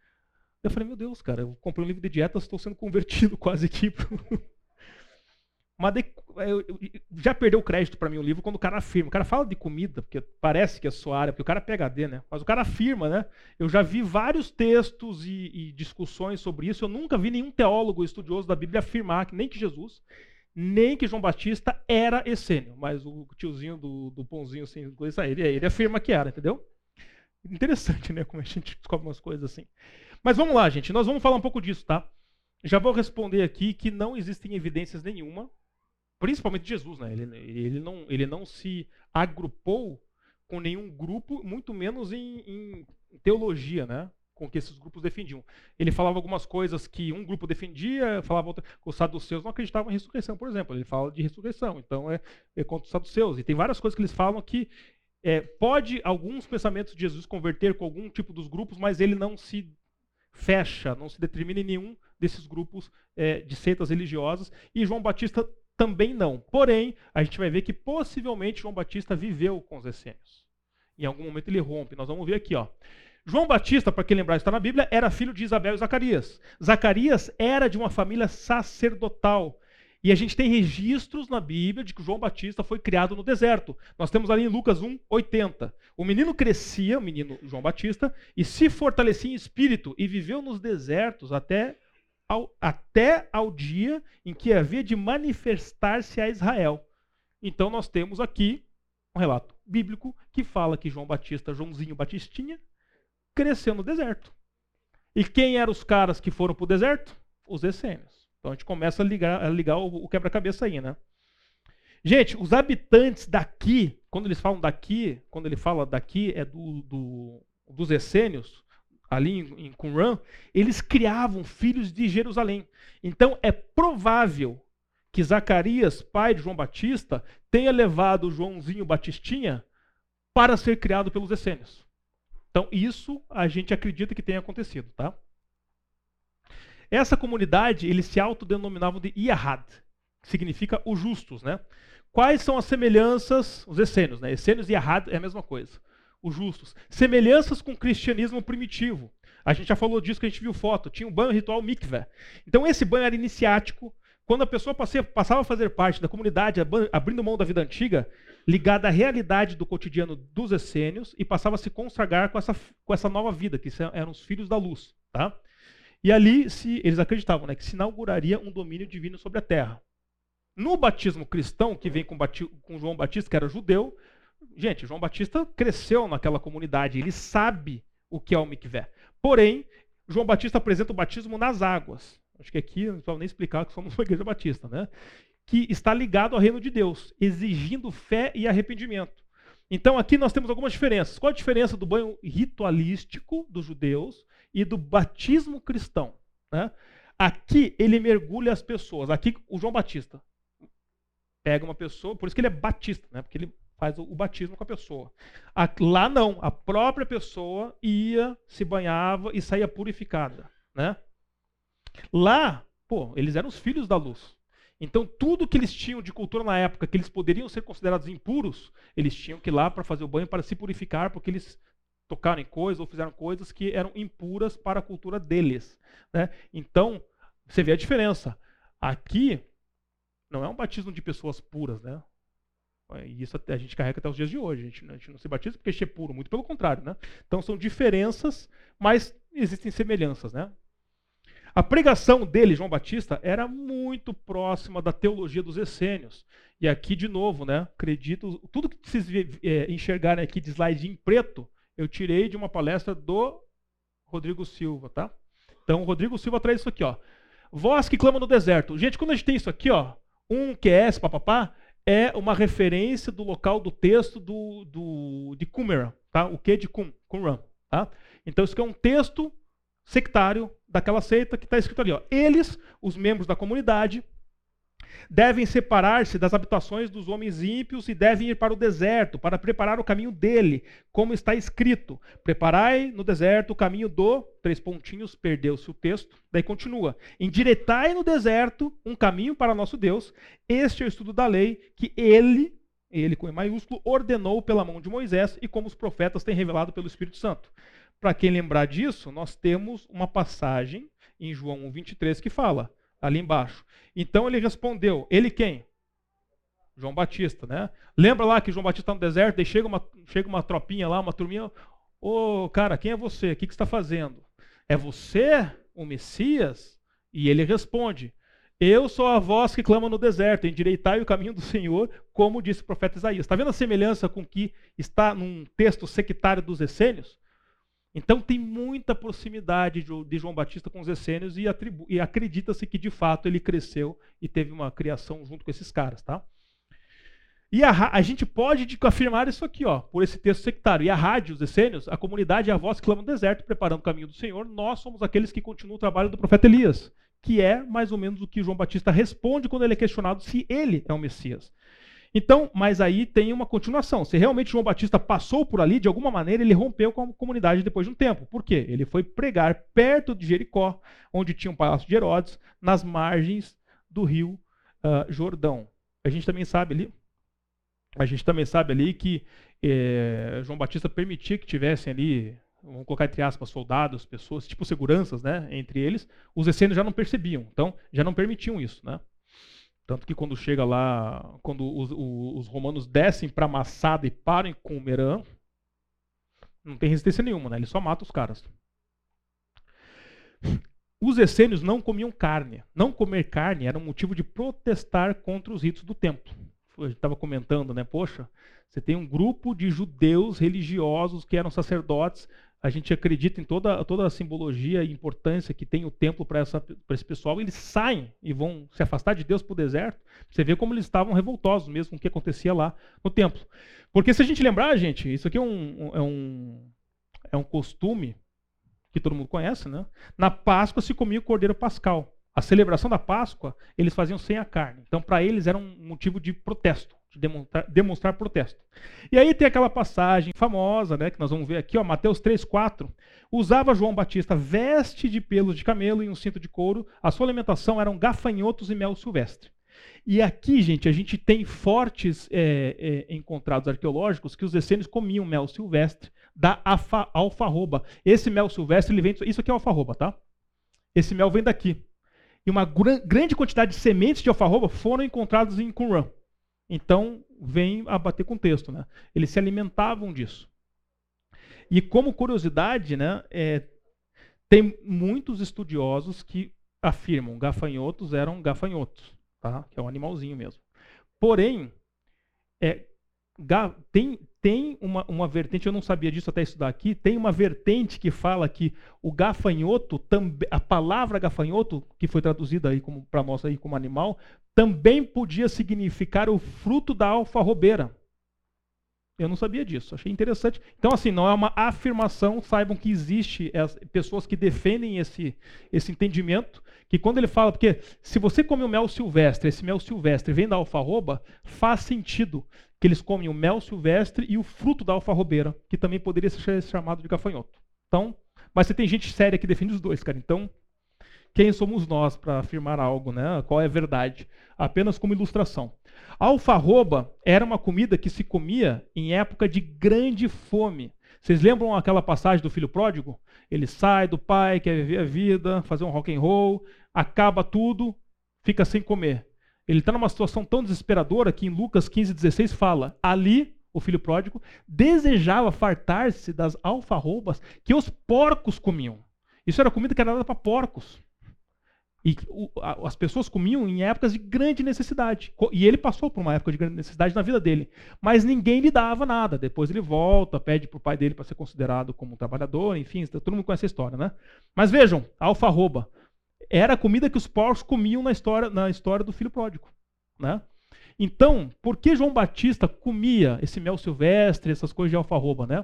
Eu falei, meu Deus, cara, eu comprei um livro de dietas, estou sendo convertido quase aqui. Pro... uma de... eu, eu, já perdeu o crédito para mim o livro quando o cara afirma. O cara fala de comida, porque parece que é a sua área, porque o cara é P H D, né? Mas o cara afirma, né? Eu já vi vários textos e, e discussões sobre isso. Eu nunca vi nenhum teólogo estudioso da Bíblia afirmar que nem que Jesus, nem que João Batista era essênio. Mas o tiozinho do, do pãozinho sem coisa, ele, ele afirma que era, entendeu? Interessante, né? Como a gente descobre umas coisas assim. Mas vamos lá, gente. Nós vamos falar um pouco disso, tá? Já vou responder aqui que não existem evidências nenhuma, principalmente Jesus, né? Ele, ele, não, ele não se agrupou com nenhum grupo, muito menos em, em teologia, né? Com que esses grupos defendiam. Ele falava algumas coisas que um grupo defendia, falava outra. Os saduceus não acreditavam em ressurreição, por exemplo. Ele fala de ressurreição, então é, é contra os saduceus. E tem várias coisas que eles falam que é, pode alguns pensamentos de Jesus converter com algum tipo dos grupos, mas ele não se fecha, não se determina em nenhum desses grupos é, de seitas religiosas. E João Batista também não. Porém, a gente vai ver que possivelmente João Batista viveu com os essênios. Em algum momento ele rompe. Nós vamos ver aqui, ó. João Batista, para quem lembrar, está na Bíblia, era filho de Isabel e Zacarias. Zacarias era de uma família sacerdotal. E a gente tem registros na Bíblia de que João Batista foi criado no deserto. Nós temos ali em Lucas um, oitenta. O menino crescia, o menino João Batista, e se fortalecia em espírito e viveu nos desertos até Ao, até ao dia em que havia de manifestar-se a Israel. Então nós temos aqui um relato bíblico que fala que João Batista, Joãozinho Batistinha, cresceu no deserto. E quem eram os caras que foram para o deserto? Os essênios. Então a gente começa a ligar, a ligar o, o quebra-cabeça aí, né? Gente, os habitantes daqui, quando eles falam daqui, quando ele fala daqui, é do, do, dos essênios, ali em, em Qumran, eles criavam filhos de Jerusalém. Então é provável que Zacarias, pai de João Batista, tenha levado Joãozinho Batistinha para ser criado pelos essênios. Então isso a gente acredita que tenha acontecido, tá? Essa comunidade, eles se autodenominavam de Yahad, que significa os justos, né? Quais são as semelhanças, os essênios, né? Essênios e Yahad é a mesma coisa. Os justos. Semelhanças com o cristianismo primitivo. A gente já falou disso, que a gente viu foto. Tinha um banho ritual mikveh. Então esse banho era iniciático. Quando a pessoa passava a fazer parte da comunidade, abrindo mão da vida antiga, ligada à realidade do cotidiano dos essênios, e passava a se consagrar com essa, com essa nova vida, que eram os filhos da luz. Tá? E ali se, eles acreditavam, né, que se inauguraria um domínio divino sobre a terra. No batismo cristão, que vem com, com João Batista, que era judeu, gente, João Batista cresceu naquela comunidade, ele sabe o que é o mikveh. Porém, João Batista apresenta o batismo nas águas. Acho que aqui não precisava nem explicar que somos uma igreja batista, né? Que está ligado ao reino de Deus, exigindo fé e arrependimento. Então aqui nós temos algumas diferenças. Qual a diferença do banho ritualístico dos judeus e do batismo cristão? Né? Aqui ele mergulha as pessoas. Aqui o João Batista pega uma pessoa, por isso que ele é batista, né? Porque ele faz o batismo com a pessoa. Lá não, a própria pessoa ia, se banhava e saía purificada, né? Lá, pô, eles eram os filhos da luz. Então tudo que eles tinham de cultura na época, que eles poderiam ser considerados impuros, eles tinham que ir lá para fazer o banho, para se purificar, porque eles tocaram em coisas ou fizeram coisas que eram impuras para a cultura deles, né? Então, você vê a diferença. Aqui não é um batismo de pessoas puras, né? E isso a gente carrega até os dias de hoje. A gente, a gente não se batiza porque a gente é puro, muito pelo contrário, né? Então são diferenças, mas existem semelhanças, né? A pregação dele, João Batista, era muito próxima da teologia dos essênios. E aqui, de novo, né? Acredito, tudo que vocês é, enxergarem aqui de slide em preto, eu tirei de uma palestra do Rodrigo Silva, tá? Então, o Rodrigo Silva traz isso aqui, ó. Voz que clama no deserto. Gente, quando a gente tem isso aqui, ó, um Q S, papapá, é uma referência do local do texto do, do, de Qumran, tá? O que de Qum, Qumran, tá? Então, isso aqui é um texto sectário daquela seita que está escrito ali, ó. Eles, os membros da comunidade, devem separar-se das habitações dos homens ímpios e devem ir para o deserto para preparar o caminho dele, como está escrito. Preparai no deserto o caminho do... Três pontinhos, perdeu-se o texto. Daí continua. Endireitai no deserto um caminho para nosso Deus. Este é o estudo da lei que ele, ele com E maiúsculo, ordenou pela mão de Moisés e como os profetas têm revelado pelo Espírito Santo. Para quem lembrar disso, nós temos uma passagem em João um, vinte e três que fala: Ali embaixo. Então ele respondeu, ele quem? João Batista, né? Lembra lá que João Batista está no deserto, daí chega uma, chega uma tropinha lá, uma turminha, ô cara, quem é você? O que, que você está fazendo? É você o Messias? E ele responde, eu sou a voz que clama no deserto, endireitai o caminho do Senhor, como disse o profeta Isaías. Está vendo a semelhança com o que está num texto sectário dos essênios? Então tem muita proximidade de João Batista com os essênios e, e acredita-se que de fato ele cresceu e teve uma criação junto com esses caras, tá? E a, a gente pode afirmar isso aqui, ó, por esse texto sectário. E a rádio, os essênios, a comunidade é a voz que clama no deserto, preparando o caminho do Senhor. Nós somos aqueles que continuam o trabalho do profeta Elias, que é mais ou menos o que João Batista responde quando ele é questionado se ele é o Messias. Então, mas aí tem uma continuação. Se realmente João Batista passou por ali, de alguma maneira ele rompeu com a comunidade depois de um tempo. Por quê? Ele foi pregar perto de Jericó, onde tinha um palácio de Herodes, nas margens do rio uh, Jordão. A gente também sabe ali, a gente também sabe ali que eh, João Batista permitia que tivessem ali, vamos colocar entre aspas, soldados, pessoas, tipo seguranças, né, entre eles. Os essênios já não percebiam, então já não permitiam isso, né? Tanto que quando chega lá, quando os, os, os romanos descem para Massada e param com Merã, não tem resistência nenhuma, né? Ele só mata os caras. Os essênios não comiam carne. Não comer carne era um motivo de protestar contra os ritos do templo. A gente estava comentando, né? Poxa, você tem um grupo de judeus religiosos que eram sacerdotes. A gente acredita em toda, toda a simbologia e importância que tem o templo para esse pessoal. Eles saem e vão se afastar de Deus para o deserto. Você vê como eles estavam revoltosos mesmo com o que acontecia lá no templo. Porque se a gente lembrar, gente, isso aqui é um, é um, é um costume que todo mundo conhece, né? Na Páscoa se comia o cordeiro pascal. A celebração da Páscoa, eles faziam sem a carne. Então, para eles, era um motivo de protesto, de demonstrar, demonstrar protesto. E aí tem aquela passagem famosa, né, que nós vamos ver aqui, ó, Mateus três, quatro. Usava João Batista veste de pelos de camelo e um cinto de couro. A sua alimentação eram gafanhotos e mel silvestre. E aqui, gente, a gente tem fortes é, é, encontrados arqueológicos que os essênios comiam mel silvestre da alfarroba. Esse mel silvestre, ele vem... Isso aqui é alfarroba, tá? Esse mel vem daqui. E uma gr- grande quantidade de sementes de alfarroba foram encontradas em Qumran. Então, vem a bater com o texto, né? Eles se alimentavam disso. E como curiosidade, né, é, tem muitos estudiosos que afirmam gafanhotos eram gafanhotos, tá? Que é um animalzinho mesmo. Porém, é, ga, tem, tem uma, uma vertente, eu não sabia disso até estudar aqui, tem uma vertente que fala que o gafanhoto, a palavra gafanhoto, que foi traduzida aí para nós aí como animal, também podia significar o fruto da alfarrobeira. Eu não sabia disso, achei interessante. Então, assim, não é uma afirmação, saibam que existe pessoas que defendem esse, esse entendimento, que quando ele fala, porque se você come o mel silvestre, esse mel silvestre vem da alfarroba, faz sentido que eles comem o mel silvestre e o fruto da alfarrobeira, que também poderia ser chamado de gafanhoto. Então, mas você tem gente séria que defende os dois, cara. Então, quem somos nós para afirmar algo, né? Qual é a verdade? Apenas como ilustração. A alfarroba era uma comida que se comia em época de grande fome. Vocês lembram aquela passagem do filho pródigo? Ele sai do pai, quer viver a vida, fazer um rock and roll, acaba tudo, fica sem comer. Ele está numa situação tão desesperadora que em Lucas quinze, dezesseis fala, ali, o filho pródigo, desejava fartar-se das alfarrobas que os porcos comiam. Isso era comida que era dada para porcos. E o, a, as pessoas comiam em épocas de grande necessidade. E ele passou por uma época de grande necessidade na vida dele. Mas ninguém lhe dava nada. Depois ele volta, pede para o pai dele para ser considerado como um trabalhador, enfim, todo mundo conhece a história, né? Mas vejam, a alfarroba era a comida que os porcos comiam na história, na história do filho pródigo, né? Então, por que João Batista comia esse mel silvestre, essas coisas de alfarroba, né?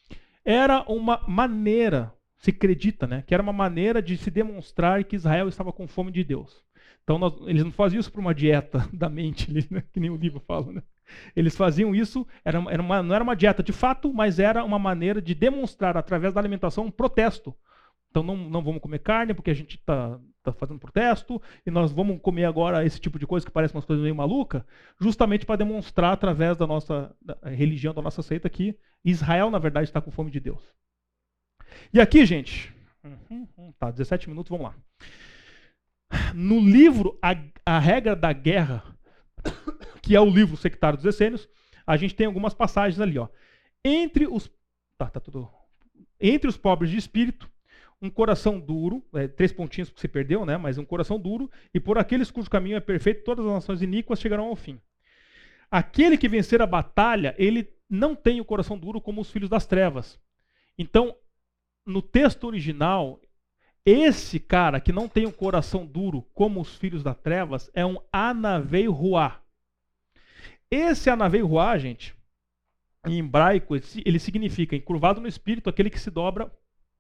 Era uma maneira... se acredita, né, que era uma maneira de se demonstrar que Israel estava com fome de Deus. Então, nós, eles não faziam isso por uma dieta da mente, né, que nem o livro fala. Né? Eles faziam isso, era, era uma, não era uma dieta de fato, mas era uma maneira de demonstrar, através da alimentação, um protesto. Então, não, não vamos comer carne, porque a gente está tá fazendo protesto, e nós vamos comer agora esse tipo de coisa que parece umas coisas meio maluca, justamente para demonstrar, através da nossa da religião, da nossa seita, que Israel, na verdade, está com fome de Deus. E aqui, gente, uhum, tá, dezessete minutos, vamos lá. no livro a, a Regra da Guerra, que é o livro sectário dos essênios, a gente tem algumas passagens ali, ó. Entre os, tá, tá tudo, entre os pobres de espírito, um coração duro, é, três pontinhos que você perdeu, né? Mas um coração duro, e por aqueles cujo caminho é perfeito, todas as nações iníquas chegarão ao fim. Aquele que vencer a batalha, ele não tem o coração duro como os filhos das trevas. Então, no texto original, esse cara que não tem o coração duro como os filhos das trevas é um Anavei Ruá. Esse Anavei Ruá, gente, em hebraico, ele significa encurvado no espírito, aquele que se dobra.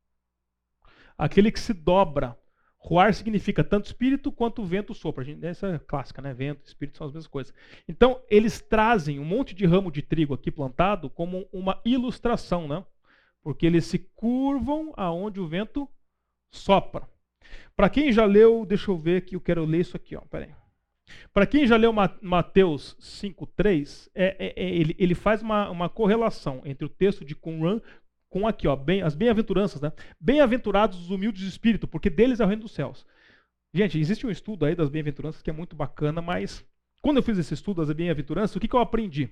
Aquele que se dobra. Ruar significa tanto espírito quanto vento sopra. Essa é clássica, né? Vento, espírito são as mesmas coisas. Então, eles trazem um monte de ramo de trigo aqui plantado como uma ilustração, né? Porque eles se curvam aonde o vento sopra. Para quem já leu, deixa eu ver que eu quero ler isso aqui, ó. Pera aí. Para quem já leu Mateus cinco, três, é, é, é, ele, ele faz uma, uma correlação entre o texto de Qumran com aqui, ó, bem, as bem-aventuranças, né? Bem-aventurados os humildes de espírito, porque deles é o reino dos céus. Gente, existe um estudo aí das bem-aventuranças que é muito bacana, mas quando eu fiz esse estudo das bem-aventuranças, o que, que eu aprendi?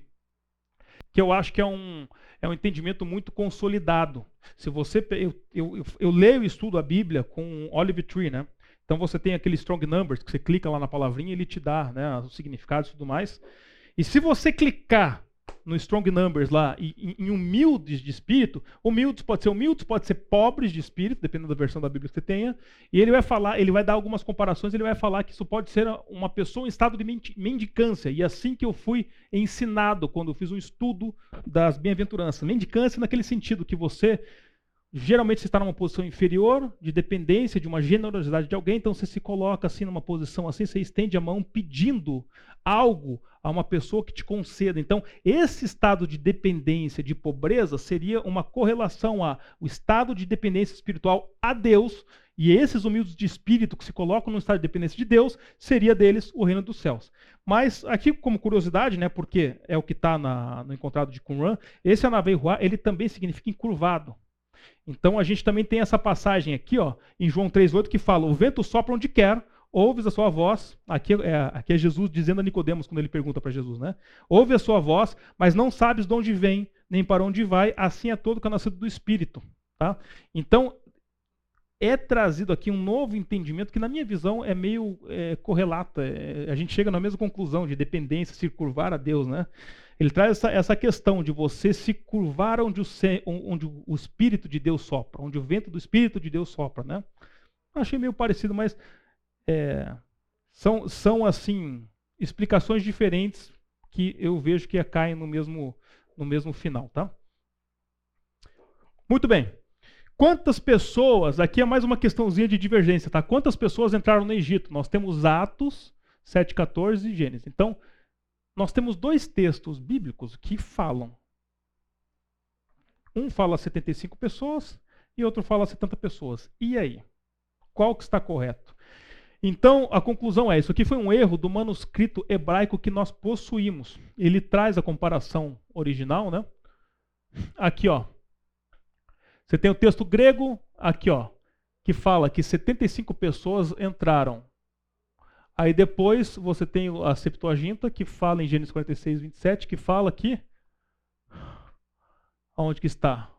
Que eu acho que é um, é um entendimento muito consolidado. Se você, eu, eu, eu, eu leio e estudo a Bíblia com Olive Tree, né? Então você tem aquele Strong Numbers, que você clica lá na palavrinha e ele te dá, né, os significados e tudo mais. E se você clicar no Strong Numbers lá, em, em humildes de espírito, humildes pode ser humildes, pode ser pobres de espírito, dependendo da versão da Bíblia que você tenha, e ele vai falar, ele vai dar algumas comparações, ele vai falar que isso pode ser uma pessoa em estado de mendicância, e assim que eu fui ensinado quando eu fiz um estudo das bem-aventuranças. Mendicância naquele sentido que você geralmente você está numa posição inferior, de dependência, de uma generosidade de alguém, então você se coloca assim numa posição assim, você estende a mão pedindo algo a uma pessoa que te conceda. Então, esse estado de dependência, de pobreza, seria uma correlação ao estado de dependência espiritual a Deus, e esses humildes de espírito que se colocam no estado de dependência de Deus, seria deles o reino dos céus. Mas aqui, como curiosidade, né, porque é o que está no encontrado de Qumran, esse Anavei Ruá, ele também significa encurvado. Então a gente também tem essa passagem aqui, ó, em João três, oito, que fala: o vento sopra onde quer, ouves a sua voz. Aqui é, aqui é Jesus dizendo a Nicodemos, quando ele pergunta para Jesus, né? Ouve a sua voz, mas não sabes de onde vem, nem para onde vai, assim é todo que é nascido do Espírito. Tá? Então, é trazido aqui um novo entendimento que, na minha visão, é meio é, correlata. É, a gente chega na mesma conclusão de dependência, se curvar a Deus, né? Ele traz essa, essa questão de você se curvar onde o, onde o Espírito de Deus sopra, onde o vento do Espírito de Deus sopra, né? Achei meio parecido, mas é, são, são, assim, explicações diferentes que eu vejo que caem no mesmo, no mesmo final, tá? Muito bem. Quantas pessoas, aqui é mais uma questãozinha de divergência, tá? Quantas pessoas entraram no Egito? Nós temos Atos sete, quatorze e Gênesis. Então, nós temos dois textos bíblicos que falam. Um fala setenta e cinco pessoas e outro fala setenta pessoas. E aí? Qual que está correto? Então, a conclusão é, isso aqui foi um erro do manuscrito hebraico que nós possuímos. Ele traz a comparação original, né? Aqui, ó. Você tem o texto grego, aqui, ó, que fala que setenta e cinco pessoas entraram. Aí depois você tem a Septuaginta, que fala em Gênesis quarenta e seis, vinte e sete, que fala aqui. Onde que está?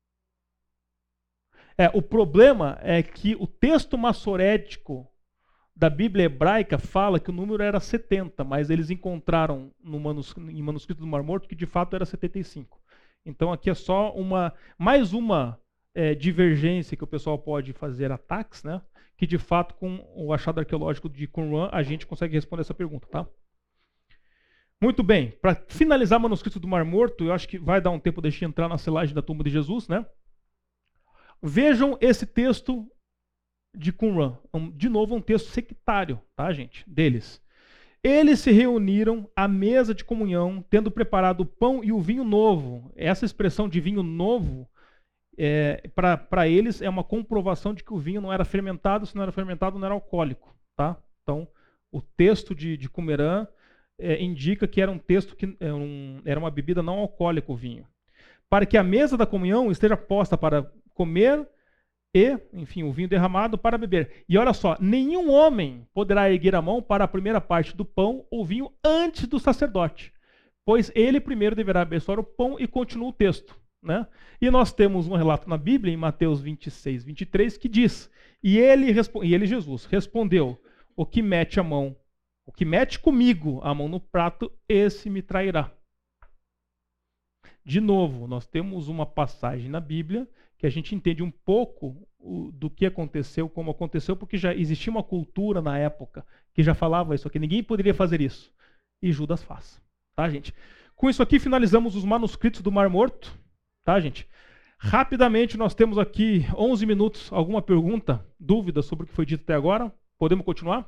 É, o problema é que o texto massorético da Bíblia hebraica fala que o número era setenta, mas eles encontraram no manuscrito, em manuscrito do Mar Morto que de fato era setenta e cinco. Então aqui é só uma, mais uma é, divergência que o pessoal pode fazer ataques, né? Que de fato com o achado arqueológico de Qumran a gente consegue responder essa pergunta, tá? Muito bem, para finalizar o manuscrito do Mar Morto, eu acho que vai dar um tempo de a gente entrar na selagem da tumba de Jesus, né? Vejam esse texto de Qumran, de novo um texto sectário, tá, gente? Deles. Eles se reuniram à mesa de comunhão, tendo preparado o pão e o vinho novo. Essa expressão de vinho novo, é, para eles, é uma comprovação de que o vinho não era fermentado, se não era fermentado, não era alcoólico. Tá? Então, o texto de, de Qumran é, indica que era um texto que é um, era uma bebida não alcoólica o vinho. Para que a mesa da comunhão esteja posta para comer e, enfim, o vinho derramado para beber. E olha só, nenhum homem poderá erguer a mão para a primeira parte do pão ou vinho antes do sacerdote, pois ele primeiro deverá abençoar o pão, e continua o texto. Né? E nós temos um relato na Bíblia, em Mateus vinte e seis, vinte e três, que diz, e ele, e ele, Jesus, respondeu, o que mete a mão, o que mete comigo a mão no prato, esse me trairá. De novo, nós temos uma passagem na Bíblia que a gente entende um pouco do que aconteceu, como aconteceu, porque já existia uma cultura na época que já falava isso aqui. Ninguém poderia fazer isso. E Judas faz. Tá, gente? Com isso aqui, finalizamos os manuscritos do Mar Morto. Tá, gente? Rapidamente, nós temos aqui onze minutos. Alguma pergunta, dúvida sobre o que foi dito até agora? Podemos continuar?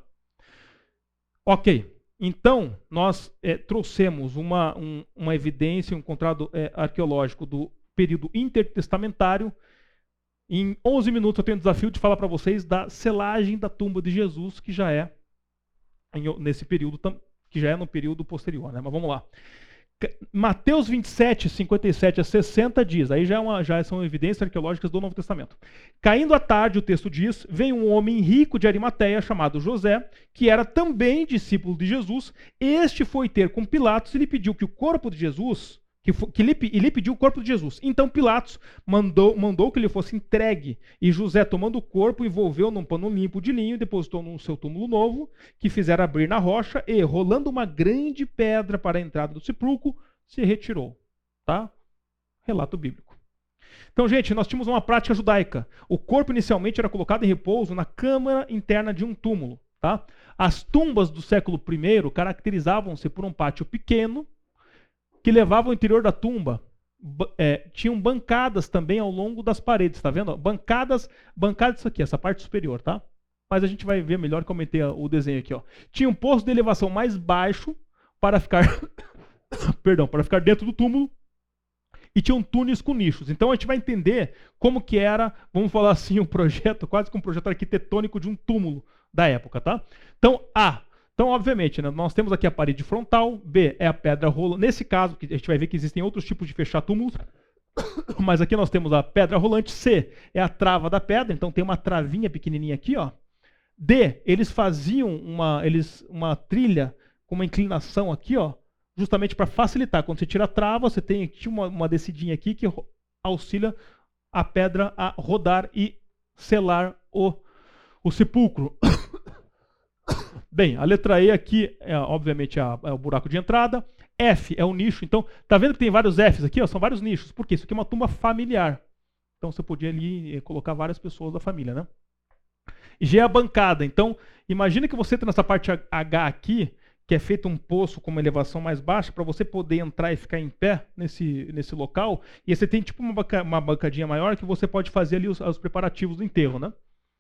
Ok. Então, nós é, trouxemos uma, um, uma evidência, um encontrado é, arqueológico do período intertestamentário. Em onze minutos eu tenho o desafio de falar para vocês da selagem da tumba de Jesus, que já é em, nesse período, que já é no período posterior, né? Mas vamos lá. Mateus vinte e sete, cinquenta e sete a sessenta diz, aí já, é uma, já são evidências arqueológicas do Novo Testamento. Caindo à tarde, o texto diz, veio um homem rico de Arimateia, chamado José, que era também discípulo de Jesus. Este foi ter com Pilatos e lhe pediu que o corpo de Jesus, que, que lhe, e lhe pediu o corpo de Jesus. Então Pilatos mandou, mandou que ele fosse entregue, e José, tomando o corpo, envolveu num pano limpo de linho e depositou num seu túmulo novo, que fizera abrir na rocha, e, rolando uma grande pedra para a entrada do sepulcro, se retirou. Tá? Relato bíblico. Então, gente, nós tínhamos uma prática judaica. O corpo inicialmente era colocado em repouso na câmara interna de um túmulo. Tá? As tumbas do século primeiro caracterizavam-se por um pátio pequeno, que levava ao interior da tumba. É, tinham bancadas também ao longo das paredes, tá vendo? Bancadas, bancadas isso aqui, essa parte superior, tá? Mas a gente vai ver melhor que eu aumentei o desenho aqui, ó. Tinha um posto de elevação mais baixo para ficar, perdão, para ficar dentro do túmulo, e tinham túneis com nichos. Então a gente vai entender como que era, vamos falar assim, um projeto, quase que um projeto arquitetônico de um túmulo da época, tá? Então, A. Então, obviamente, né, nós temos aqui a parede frontal, B é a pedra rolante. Nesse caso, a gente vai ver que existem outros tipos de fechar túmulos, mas aqui nós temos a pedra rolante. C é a trava da pedra, então tem uma travinha pequenininha aqui, ó. D, eles faziam uma, eles, uma trilha com uma inclinação aqui, ó, justamente para facilitar. Quando você tira a trava, você tem aqui uma, uma descidinha aqui que auxilia a pedra a rodar e selar o, o sepulcro. Bem, a letra E aqui, é, obviamente, é, a, é o buraco de entrada. F é o nicho. Então, tá vendo que tem vários Fs aqui? Ó, são vários nichos. Por quê? Isso aqui é uma tumba familiar. Então, você podia ali colocar várias pessoas da família, né? E G é a bancada. Então, imagina que você tem nessa parte H aqui, que é feito um poço com uma elevação mais baixa, para você poder entrar e ficar em pé nesse, nesse local. E você tem tipo uma, banca, uma bancadinha maior que você pode fazer ali os, os preparativos do enterro, né?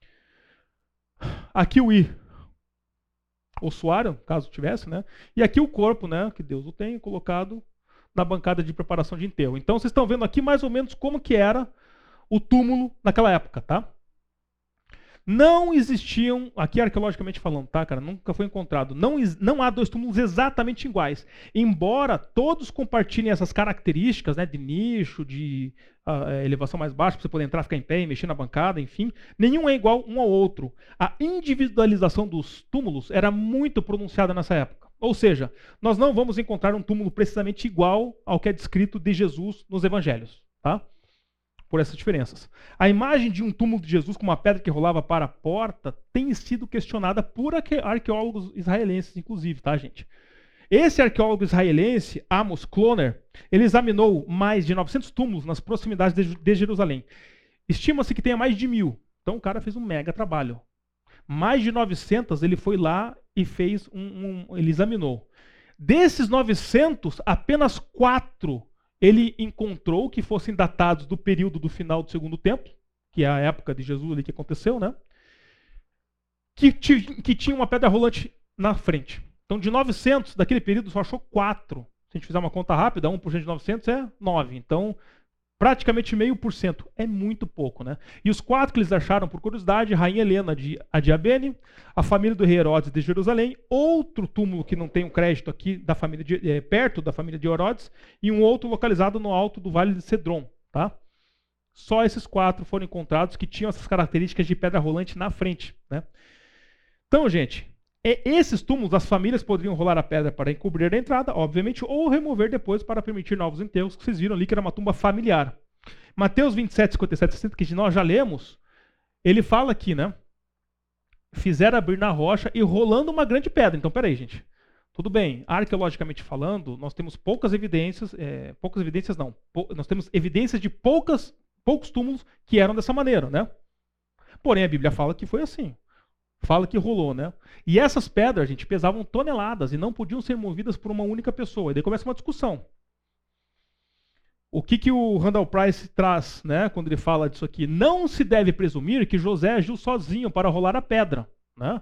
Aqui o I. Ossuário, caso tivesse, né? E aqui o corpo, né, que Deus o tem, colocado na bancada de preparação de enterro. Então vocês estão vendo aqui mais ou menos como que era o túmulo naquela época, tá? Não existiam, aqui arqueologicamente falando, tá, cara? Nunca foi encontrado. Não, não há dois túmulos exatamente iguais. Embora todos compartilhem essas características, né, de nicho, de uh, elevação mais baixa, para você poder entrar, ficar em pé e mexer na bancada, enfim. Nenhum é igual um ao outro. A individualização dos túmulos era muito pronunciada nessa época. Ou seja, nós não vamos encontrar um túmulo precisamente igual ao que é descrito de Jesus nos evangelhos, tá? Por essas diferenças. A imagem de um túmulo de Jesus com uma pedra que rolava para a porta tem sido questionada por arqueólogos israelenses, inclusive, tá, gente? Esse arqueólogo israelense, Amos Kloner, ele examinou mais de novecentos túmulos nas proximidades de Jerusalém. Estima-se que tenha mais de mil. Então o cara fez um mega trabalho. Mais de novecentos ele foi lá e fez um, um ele examinou. Desses novecentos, apenas quatro ele encontrou que fossem datados do período do final do segundo templo, que é a época de Jesus ali que aconteceu, né? Que, que tinha uma pedra rolante na frente. Então, de novecentos, daquele período, só achou quatro. Se a gente fizer uma conta rápida, um por cento de novecentos é nove. Então, praticamente meio por cento. É muito pouco, né? E os quatro que eles acharam, por curiosidade, Rainha Helena de Adiabene, a família do rei Herodes de Jerusalém, outro túmulo que não tem um crédito aqui, da família de, é, perto da família de Herodes, e um outro localizado no alto do Vale de Cedron. Tá? Só esses quatro foram encontrados que tinham essas características de pedra rolante na frente, né? Então, gente, esses túmulos, as famílias poderiam rolar a pedra para encobrir a entrada, obviamente, ou remover depois para permitir novos enterros, que vocês viram ali que era uma tumba familiar. Mateus vinte e sete, cinquenta e sete, sessenta, que nós já lemos, ele fala aqui, né? Fizeram abrir na rocha e rolando uma grande pedra. Então, peraí, gente. Tudo bem, arqueologicamente falando, nós temos poucas evidências, é, poucas evidências não, pou, nós temos evidências de poucas, poucos túmulos que eram dessa maneira, né? Porém, a Bíblia fala que foi assim. Fala que rolou, né? E essas pedras, gente, pesavam toneladas e não podiam ser movidas por uma única pessoa. E daí começa uma discussão. O que, que o Randall Price traz, né, quando ele fala disso aqui? Não se deve presumir que José agiu sozinho para rolar a pedra, né?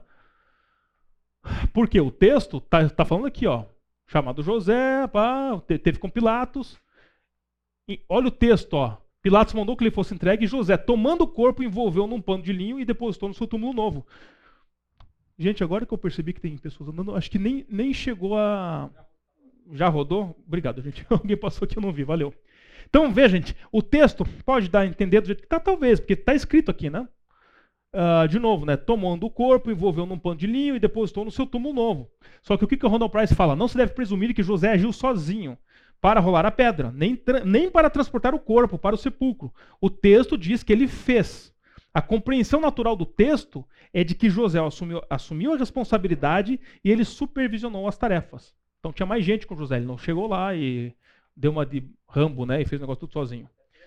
Porque o texto está tá falando aqui, ó, chamado José, pá, teve com Pilatos. E olha o texto, ó. Pilatos mandou que ele fosse entregue e José, tomando o corpo, envolveu num pano de linho e depositou no seu túmulo novo. Gente, agora que eu percebi que tem pessoas andando, acho que nem, nem chegou a... Já rodou? Obrigado, gente. Alguém passou aqui, eu não vi, valeu. Então, veja, gente, o texto pode dar a entender do jeito que está, talvez, porque está escrito aqui, né? Uh, de novo, né? Tomando o corpo, envolveu num pano de linho e depositou no seu túmulo novo. Só que o que, que o Randall Price fala? Não se deve presumir que José agiu sozinho para rolar a pedra, nem, nem para transportar o corpo para o sepulcro. O texto diz que ele fez. A compreensão natural do texto é de que José assumiu, assumiu a responsabilidade e ele supervisionou as tarefas. Então tinha mais gente com José, ele não chegou lá e deu uma de Rambo, né, e fez o negócio tudo sozinho.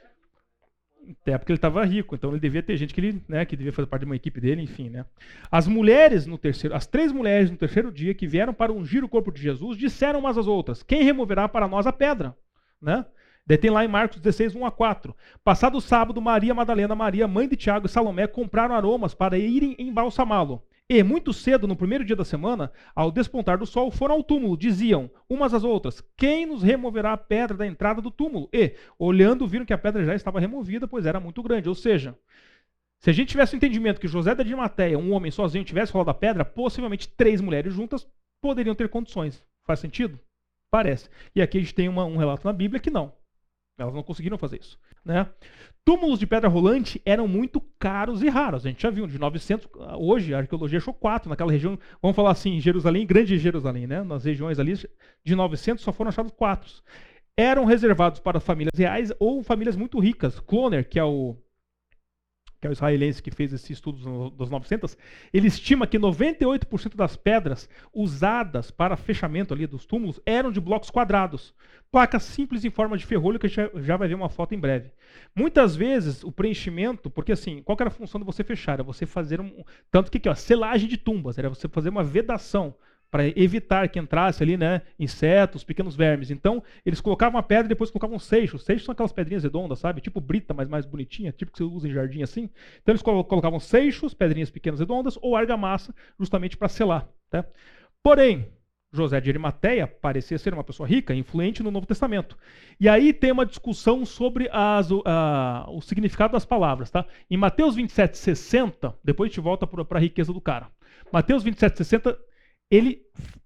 Até porque ele estava rico, então ele devia ter gente que ele, né, que devia fazer parte de uma equipe dele, enfim, né. As mulheres no terceiro, as três mulheres no terceiro dia que vieram para ungir o corpo de Jesus, disseram umas às outras: quem removerá para nós a pedra, né? Daí tem lá em Marcos dezesseis, um a quatro. Passado o sábado, Maria Madalena, Maria, mãe de Tiago e Salomé, compraram aromas para irem embalsamá-lo. E, muito cedo, no primeiro dia da semana, ao despontar do sol, foram ao túmulo. Diziam umas às outras: quem nos removerá a pedra da entrada do túmulo? E, olhando, viram que a pedra já estava removida, pois era muito grande. Ou seja, se a gente tivesse o entendimento que José da Arimateia, um homem sozinho, tivesse rolado a pedra, possivelmente três mulheres juntas poderiam ter condições. Faz sentido? Parece. E aqui a gente tem uma, um relato na Bíblia que não. Elas não conseguiram fazer isso, né? Túmulos de pedra rolante eram muito caros e raros. A gente já viu, de novecentos, hoje a arqueologia achou quatro naquela região, vamos falar assim, Jerusalém, Grande Jerusalém, né? Nas regiões ali, de novecentos só foram achados quatro. Eram reservados para famílias reais ou famílias muito ricas. Kloner, que é o que é o israelense que fez esse estudo dos novecentos, ele estima que noventa e oito por cento das pedras usadas para fechamento ali dos túmulos eram de blocos quadrados, placas simples em forma de ferrolho, que a gente já vai ver uma foto em breve. Muitas vezes o preenchimento, porque assim, qual que era a função de você fechar? Era você fazer um, tanto que aqui, ó, selagem de tumbas, era você fazer uma vedação para evitar que entrasse ali, né, insetos, pequenos vermes. Então, eles colocavam a pedra e depois colocavam seixos. Seixos são aquelas pedrinhas redondas, sabe? Tipo brita, mas mais bonitinha, tipo que você usa em jardim assim. Então, eles colocavam seixos, pedrinhas pequenas redondas, ou argamassa, justamente para selar, tá? Porém, José de Arimateia parecia ser uma pessoa rica, influente no Novo Testamento. E aí tem uma discussão sobre as, uh, o significado das palavras, tá? Em Mateus vinte e sete, sessenta, depois a gente volta para a riqueza do cara. Mateus vinte e sete, sessenta, ele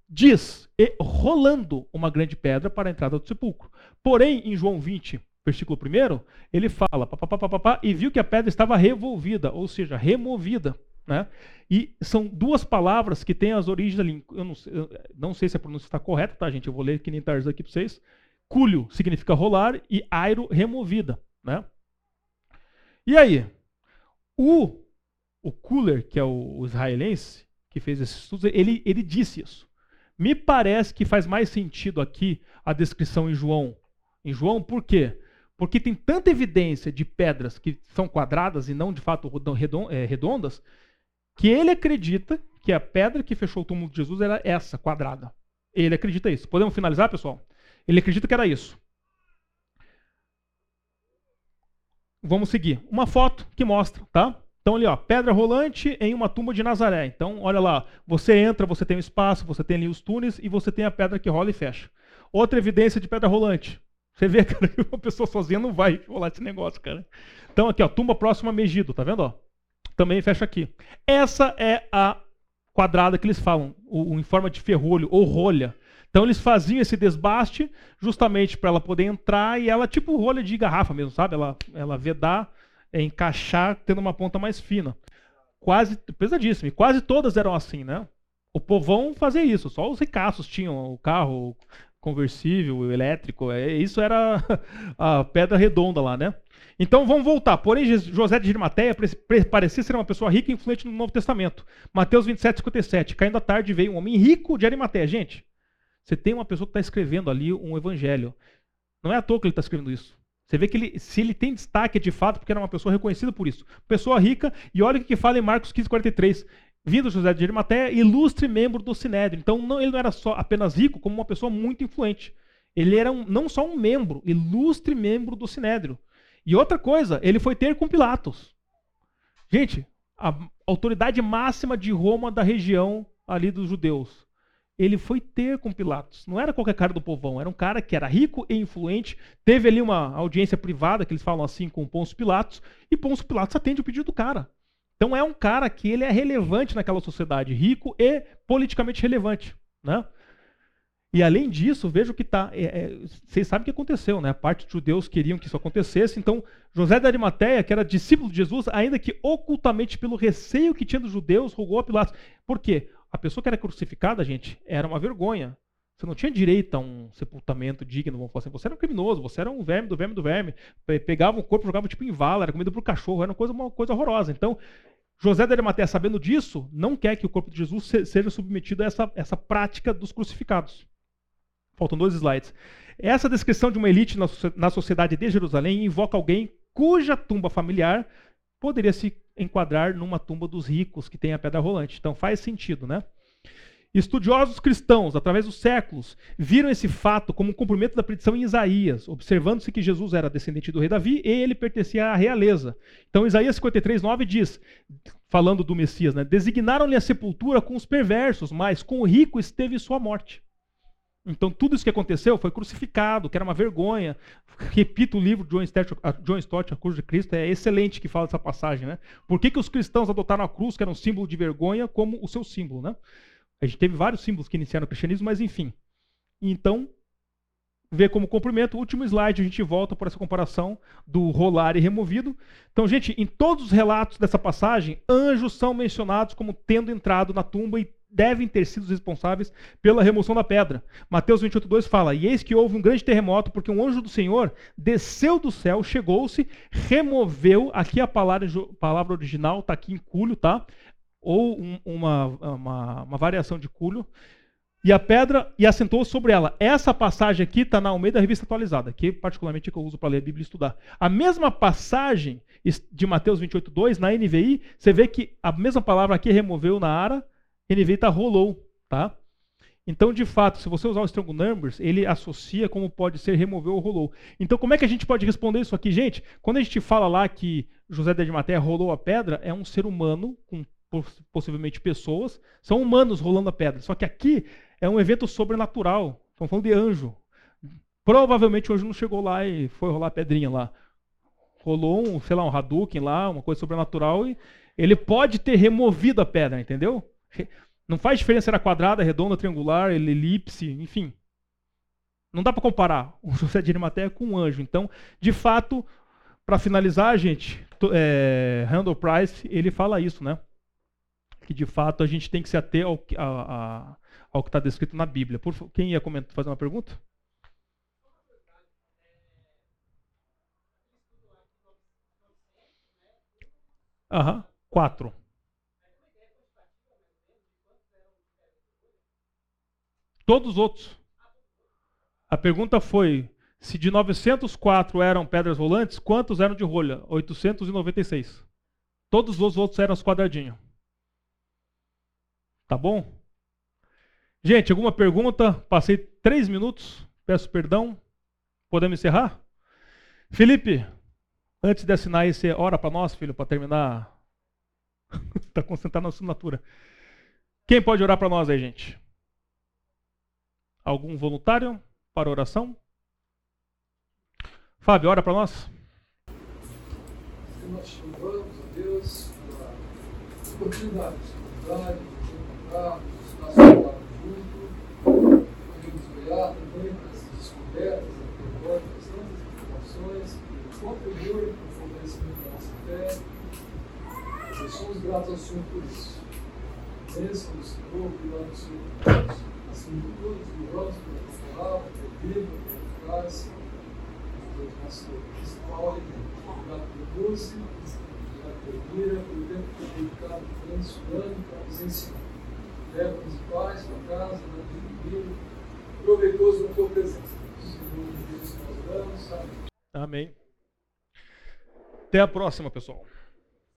diz, rolando uma grande pedra para a entrada do sepulcro. Porém, em João vinte, versículo um, ele fala, pá, pá, pá, pá, pá, e viu que a pedra estava revolvida, ou seja, removida. Né? E são duas palavras que têm as origens ali. Eu não, eu não sei se a pronúncia está correta, tá, gente? Eu vou ler que nem Tarzan aqui para vocês. Culio significa rolar e airo, removida. Né? E aí, o, o Kuller, que é o, o israelense, que fez esse estudo, ele, ele disse isso. Me parece que faz mais sentido aqui a descrição em João. Em João, por quê? Porque tem tanta evidência de pedras que são quadradas e não, de fato, redondas, que ele acredita que a pedra que fechou o túmulo de Jesus era essa, quadrada. Ele acredita isso. Podemos finalizar, pessoal? Ele acredita que era isso. Vamos seguir. Uma foto que mostra, tá? Então ali, ó, pedra rolante em uma tumba de Nazaré. Então, olha lá, você entra, você tem um espaço, você tem ali os túneis e você tem a pedra que rola e fecha. Outra evidência de pedra rolante. Você vê, cara, que uma pessoa sozinha não vai rolar esse negócio, cara. Então aqui, ó, tumba próxima a Megido, tá vendo, ó? Também fecha aqui. Essa é a quadrada que eles falam, o, o, em forma de ferrolho ou rolha. Então eles faziam esse desbaste justamente para ela poder entrar e ela, tipo rolha de garrafa mesmo, sabe? Ela, ela vedar, é, encaixar, tendo uma ponta mais fina. Quase, pesadíssimo. E quase todas eram assim, né? O povão fazia isso, só os ricaços tinham o carro conversível, o elétrico, é, isso era a pedra redonda lá, né? Então vamos voltar. Porém, José de Arimateia parecia ser uma pessoa rica e influente no Novo Testamento. Mateus vinte e sete, cinquenta e sete. Caindo à tarde veio um homem rico de Arimateia. Gente, você tem uma pessoa que está escrevendo ali um evangelho. Não é à toa que ele está escrevendo isso. Você vê que ele, se ele tem destaque de fato, porque era uma pessoa reconhecida por isso. Pessoa rica, e olha o que fala em Marcos quinze, quarenta e três. Vindo José de Arimateia, ilustre membro do Sinédrio. Então não, ele não era só apenas rico, como uma pessoa muito influente. Ele era um, não só um membro, ilustre membro do Sinédrio. E outra coisa, ele foi ter com Pilatos. Gente, a autoridade máxima de Roma da região ali dos judeus. Ele foi ter com Pilatos. Não era qualquer cara do povão, era um cara que era rico e influente. Teve ali uma audiência privada, que eles falam assim, com Pôncio Pilatos, e Pôncio Pilatos atende o pedido do cara. Então é um cara que ele é relevante naquela sociedade, rico e politicamente relevante, né? E além disso, veja o que está. É, é, vocês sabem o que aconteceu, né? A parte dos judeus queriam que isso acontecesse. Então, José de Arimateia, que era discípulo de Jesus, ainda que ocultamente pelo receio que tinha dos judeus, rogou a Pilatos. Por quê? A pessoa que era crucificada, gente, era uma vergonha. Você não tinha direito a um sepultamento digno, vamos falar assim. Você era um criminoso, você era um verme do verme do verme. Pegava o corpo, jogava tipo em vala, era comida para o cachorro, era uma coisa, uma coisa horrorosa. Então, José de Arimateia, sabendo disso, não quer que o corpo de Jesus seja submetido a essa, essa prática dos crucificados. Faltam dois slides. Essa descrição de uma elite na sociedade de Jerusalém invoca alguém cuja tumba familiar poderia se enquadrar numa tumba dos ricos que tem a pedra rolante. Então faz sentido, né? Estudiosos cristãos, através dos séculos, viram esse fato como um cumprimento da predição em Isaías, observando-se que Jesus era descendente do rei Davi e ele pertencia à realeza. Então Isaías cinquenta e três, nove diz, falando do Messias, né? Designaram-lhe a sepultura com os perversos, mas com o rico esteve sua morte. Então tudo isso que aconteceu foi crucificado, que era uma vergonha. Repito o livro de John Stott, John Stott, A Cruz de Cristo, é excelente que fala dessa passagem, né? Por que, que os cristãos adotaram a cruz, que era um símbolo de vergonha, como o seu símbolo, né? A gente teve vários símbolos que iniciaram o cristianismo, mas enfim. Então, vê como cumprimento. Último slide, a gente volta por essa comparação do rolar e removido. Então, gente, em todos os relatos dessa passagem, anjos são mencionados como tendo entrado na tumba e devem ter sido os responsáveis pela remoção da pedra. Mateus vinte e oito, dois fala, e eis que houve um grande terremoto, porque um anjo do Senhor desceu do céu, chegou-se, removeu, aqui a palavra, palavra original, está aqui em culho, tá? Ou um, uma, uma, uma variação de culho, e a pedra, e assentou sobre ela. Essa passagem aqui está na Almeida Revista Atualizada, que particularmente é que eu uso para ler a Bíblia e estudar. A mesma passagem de Mateus vinte e oito, dois, na N V I, você vê que a mesma palavra aqui removeu na ara, N V I está rolou, tá? Então, de fato, se você usar o Strong Numbers, ele associa como pode ser removeu ou rolou. Então, como é que a gente pode responder isso aqui, gente? Quando a gente fala lá que José de Arimateia rolou a pedra, é um ser humano com possivelmente pessoas, são humanos rolando a pedra. Só que aqui é um evento sobrenatural. Estamos falando de anjo. Provavelmente o anjo não chegou lá e foi rolar a pedrinha lá. Rolou um, sei lá, um Hadouken lá, uma coisa sobrenatural, e ele pode ter removido a pedra, entendeu? Não faz diferença se era quadrada, redonda, triangular, elipse, enfim. Não dá para comparar o José de Arimateia com um anjo. Então, de fato, para finalizar, gente, é, Randall Price, ele fala isso, né? Que de fato a gente tem que se ater ao, a, a, ao que está descrito na Bíblia. Por, quem ia comentar, fazer uma pergunta? Aham, quatro. Todos os outros. A pergunta foi, se de novecentos e quatro eram pedras rolantes, quantos eram de rolha? oitocentos e noventa e seis. Todos os outros eram os quadradinhos. Tá bom? Gente, alguma pergunta? Passei três minutos. Peço perdão. Podemos encerrar? Felipe, antes de assinar aí, você ora para nós, filho, para terminar. Está concentrado na assinatura. Quem pode orar para nós aí, gente? Algum voluntário para oração? Fábio, ora para nós. Nós te louvamos a Deus pela oportunidade de estudar, de encontrar, de estar junto. Queremos Nós somos gratos ao Senhor por isso. Bênção do Senhor, obrigado ao Senhor por Deus. Acima de tudo, louvamos pela palavra, pela vida, pela eficácia, pelo nosso principal alimento. Obrigado por Dulce, obrigado por Mira, pelo tempo que foi dedicado para estudando, para nos ensinar. Leva-nos em paz, para casa, na vida, proveitoso na tua presença. Senhor Deus, nós oramos, amém. Amém. Até a próxima, pessoal.